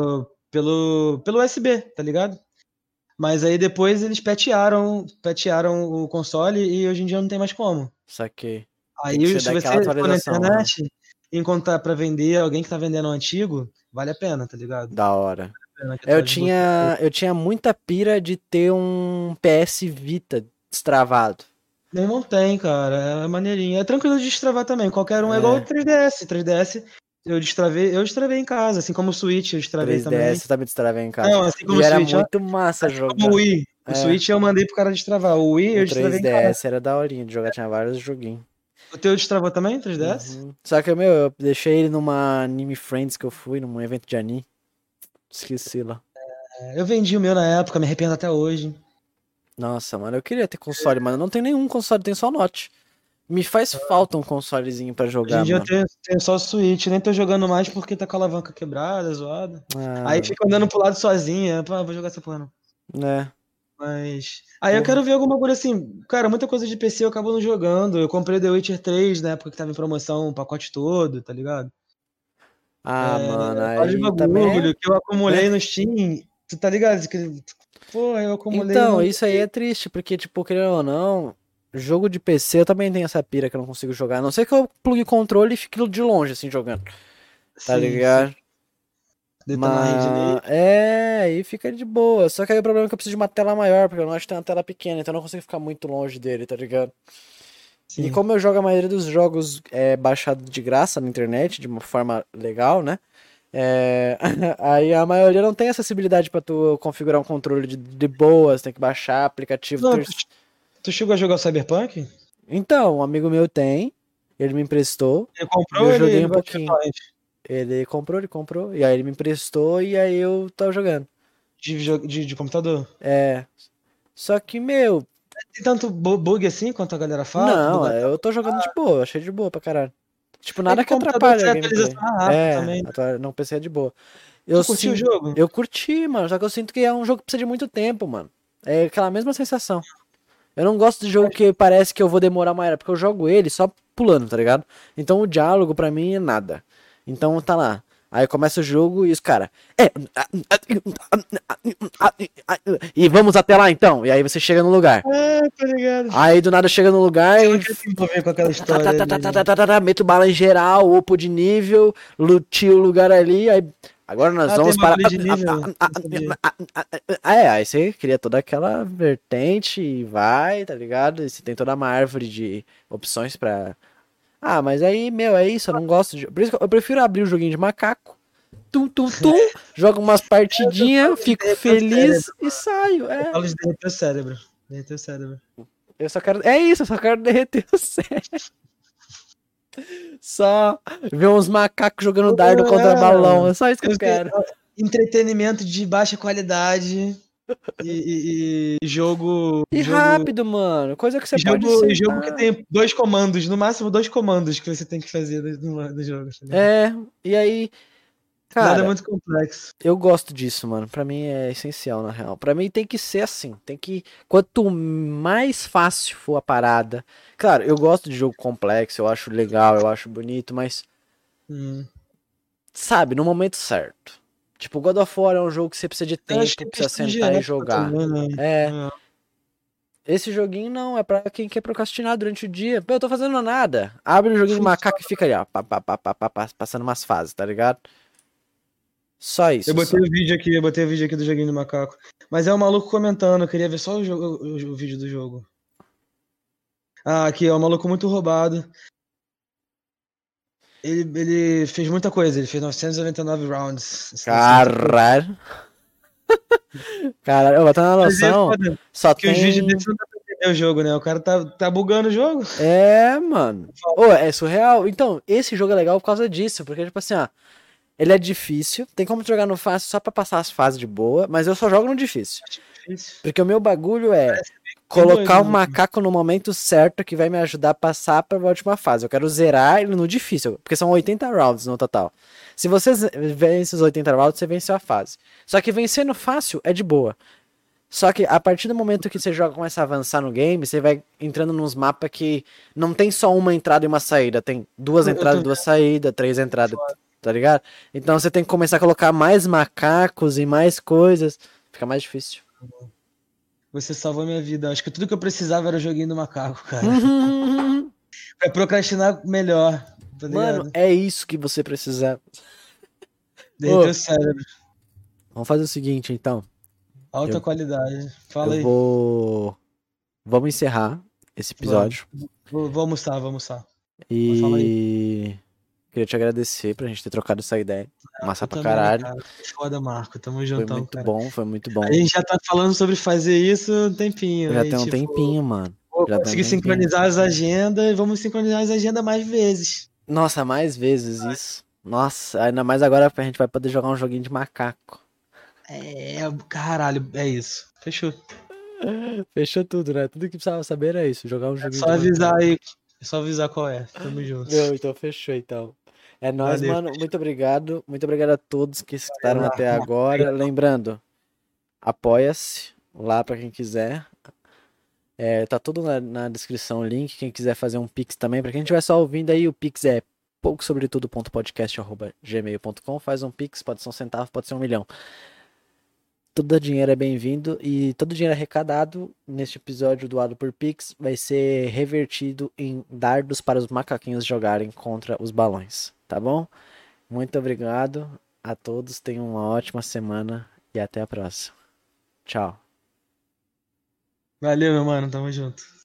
pelo USB, tá ligado? Mas aí depois eles patearam o console e hoje em dia não tem mais como. Saquei. Tem que Aí, ser se daquela você for na atualização, aham. internet e encontrar pra vender alguém que tá vendendo o antigo, vale a pena, tá ligado? Da hora. Vale a pena que Eu tá desbloqueado. tinha muita pira de ter um PS Vita destravado. Meu irmão tem, cara. É maneirinho. É tranquilo de destravar também. Qualquer um é igual o É, 3DS. 3DS eu destravei em casa, assim como o Switch eu destravei também. 3DS também destravei em casa. Não, assim como E o era Switch, ó. muito massa Assim como o jogar. Wii. O É, Switch eu mandei pro cara destravar. O Wii o eu destravei em casa. 3DS era daorinha de jogar, tinha vários joguinhos. O teu destravou também, 3DS? Uhum. Só que, meu, eu deixei ele numa Anime Friends que eu fui, num evento de anime. Esqueci lá. Eu vendi o meu na época, me arrependo até hoje. Nossa, mano, eu queria ter console, mano. Não tem nenhum console, tem só Note. Me faz falta um consolezinho pra Hoje jogar, em dia eu mano. tenho só Switch, nem tô jogando mais porque tá com a alavanca quebrada, zoada. Aí Ah, fico andando pro lado sozinho, pô, vou jogar essa porra não. né? Mas. Aí eu Porra. quero ver alguma coisa assim. Cara, muita coisa de PC eu acabo não jogando. Eu comprei The Witcher 3 na época que tava em promoção, o pacote todo, tá ligado? Ah, mano, Vários aí também é, bagulho que eu acumulei né? no Steam. Tu tá ligado? Porra, eu acumulei e Então, não. isso aí é triste, porque, tipo, querendo ou não, jogo de PC eu também tenho essa pira que eu não consigo jogar. A não ser que eu plugue o controle e fique de longe, assim, jogando. Tá Sim, sim. ligado? Deita na rede ali. Mas aí fica de boa. Só que aí o problema é que eu preciso de uma tela maior, porque eu não acho que tem uma tela pequena, então eu não consigo ficar muito longe dele, tá ligado? E Sim. como eu jogo a maioria dos jogos baixado de graça na internet, de uma forma legal, né? Aí a maioria não tem acessibilidade pra tu configurar um controle de boas, tem que baixar aplicativo. Não, tu chegou a jogar o Cyberpunk? Então, um amigo meu tem, ele me emprestou, Ele e comprou eu ou joguei ele um baixou pouquinho. torrent? Ele comprou, e aí ele me emprestou, e aí eu tava jogando. De computador? É. Só que, meu, Tem tanto bug assim quanto a galera fala? não, Bugar. eu tô jogando de boa, achei de boa pra caralho. Tipo, É nada que que computador atrapalhe a sai gameplay. atualização mais rápido também. Não PC é de boa. Tu curtiu o jogo? Eu curti, mano, só que eu sinto que é um jogo que precisa de muito tempo, mano. É aquela mesma sensação. Eu não gosto de jogo que parece que eu vou demorar uma era, porque eu jogo ele só pulando, tá ligado? Então o diálogo pra mim é nada. Então tá lá. Aí começa o jogo e os caras. E vamos até lá então. E aí você chega no lugar. Tá ligado. Aí do nada chega no lugar Eu e não quero se envolver com aquela história ali. meto bala em geral, upo de nível, lutio o lugar ali, aí agora nós Tem vamos para. bagulho de nível? Não sabia. Aí você cria toda aquela vertente e vai, tá ligado? E você tem toda uma árvore de opções pra. Ah, mas aí, meu, é isso, eu não gosto de. Por isso que eu prefiro abrir o joguinho de macaco, jogo umas partidinhas, fico Derreter o feliz cérebro. e saio. É, Fala de derreter o cérebro. Derreter o cérebro. eu só quero. É isso, eu só quero derreter o cérebro. Só ver uns macacos jogando dardo contra balão. É só isso que eu quero. Entretenimento de baixa qualidade e jogo. E rápido, mano. Coisa que você pode Jogo que sentar. tem 2 comandos, no máximo 2 comandos que você tem que fazer no jogo. Tá ligado? É, e aí, Nada cara, muito complexo. eu gosto disso, mano. Pra mim é essencial, na real. Pra mim tem que ser assim. Tem que. Quanto mais fácil for a parada. Claro, eu gosto de jogo complexo, eu acho legal, eu acho bonito, mas. Sabe, no momento certo. Tipo, God of War é um jogo que você precisa de Eu acho que tempo, é precisa questão de sentar e época jogar. também, né? É. Esse joguinho não, é pra quem quer procrastinar durante o dia. Pô, eu tô fazendo nada. Abre o joguinho de macaco e fica ali, ó. Passando umas fases, tá ligado? Só isso. Eu botei o vídeo aqui do joguinho do macaco. Mas é um maluco comentando, eu queria ver só o vídeo do jogo. Ah, aqui, é um maluco muito roubado. Ele fez muita coisa, ele fez 999 rounds. Caralho. Caralho, eu vou ter uma noção. Só que os vídeos tem. desse não dá pra entender o jogo, né? O cara tá bugando o jogo. É, mano. Ô, é surreal. Então, esse jogo é legal por causa disso. Porque, tipo assim, ó. Ele é difícil. Tem como jogar no fácil só pra passar as fases de boa. Mas eu só jogo no difícil. Porque o meu bagulho é colocar o macaco no momento certo que vai me ajudar a passar pra última fase. Eu quero zerar ele no difícil. Porque são 80 rounds no total. Se você vence os 80 rounds, você venceu a fase. Só que vencer no fácil é de boa. Só que a partir do momento que você joga, começa a avançar no game, você vai entrando nos mapas que não tem só uma entrada e uma saída. Tem duas entradas e duas saídas, 3 entradas, tá ligado? Então você tem que começar a colocar mais macacos e mais coisas. Fica mais difícil. Você salvou minha vida. Acho que tudo que eu precisava era o joguinho do macaco, cara. Pra procrastinar melhor. Tá Mano, é isso que você precisava. Derreter o cérebro. Vamos fazer o seguinte, então. Alta qualidade. Fala aí. Vamos encerrar esse episódio. Vou almoçar. E queria te agradecer pra gente ter trocado essa ideia. Massa pra caralho. Cara. Foda, Marco. Tamo juntão, cara. Foi muito bom. A gente já tá falando sobre fazer isso um tempinho. Já tem um tempinho, mano. Conseguir sincronizar as agendas e vamos sincronizar as agendas mais vezes. Nossa, mais vezes isso. Nossa, ainda mais agora a gente vai poder jogar um joguinho de macaco. Caralho, é isso. Fechou. Fechou tudo, né? Tudo que precisava saber era isso, jogar um É joguinho só de avisar Naruto. aí. É só avisar qual é. Tamo junto. Meu, então fechou, então. É nóis, Valeu. mano. Muito obrigado. Muito obrigado a todos que escutaram Valeu, até agora. Lembrando, apoia-se lá pra quem quiser. Tá tudo na descrição o link. Quem quiser fazer um Pix também. Pra quem estiver só ouvindo aí, o Pix é poucosobretudo.podcast@gmail.com. Faz um Pix, pode ser um centavo, pode ser 1 milhão. Todo dinheiro é bem-vindo e todo dinheiro arrecadado neste episódio doado por Pix vai ser revertido em dardos para os macaquinhos jogarem contra os balões, tá bom? Muito obrigado a todos, tenham uma ótima semana e até a próxima. Tchau. Valeu, meu mano. Tamo junto.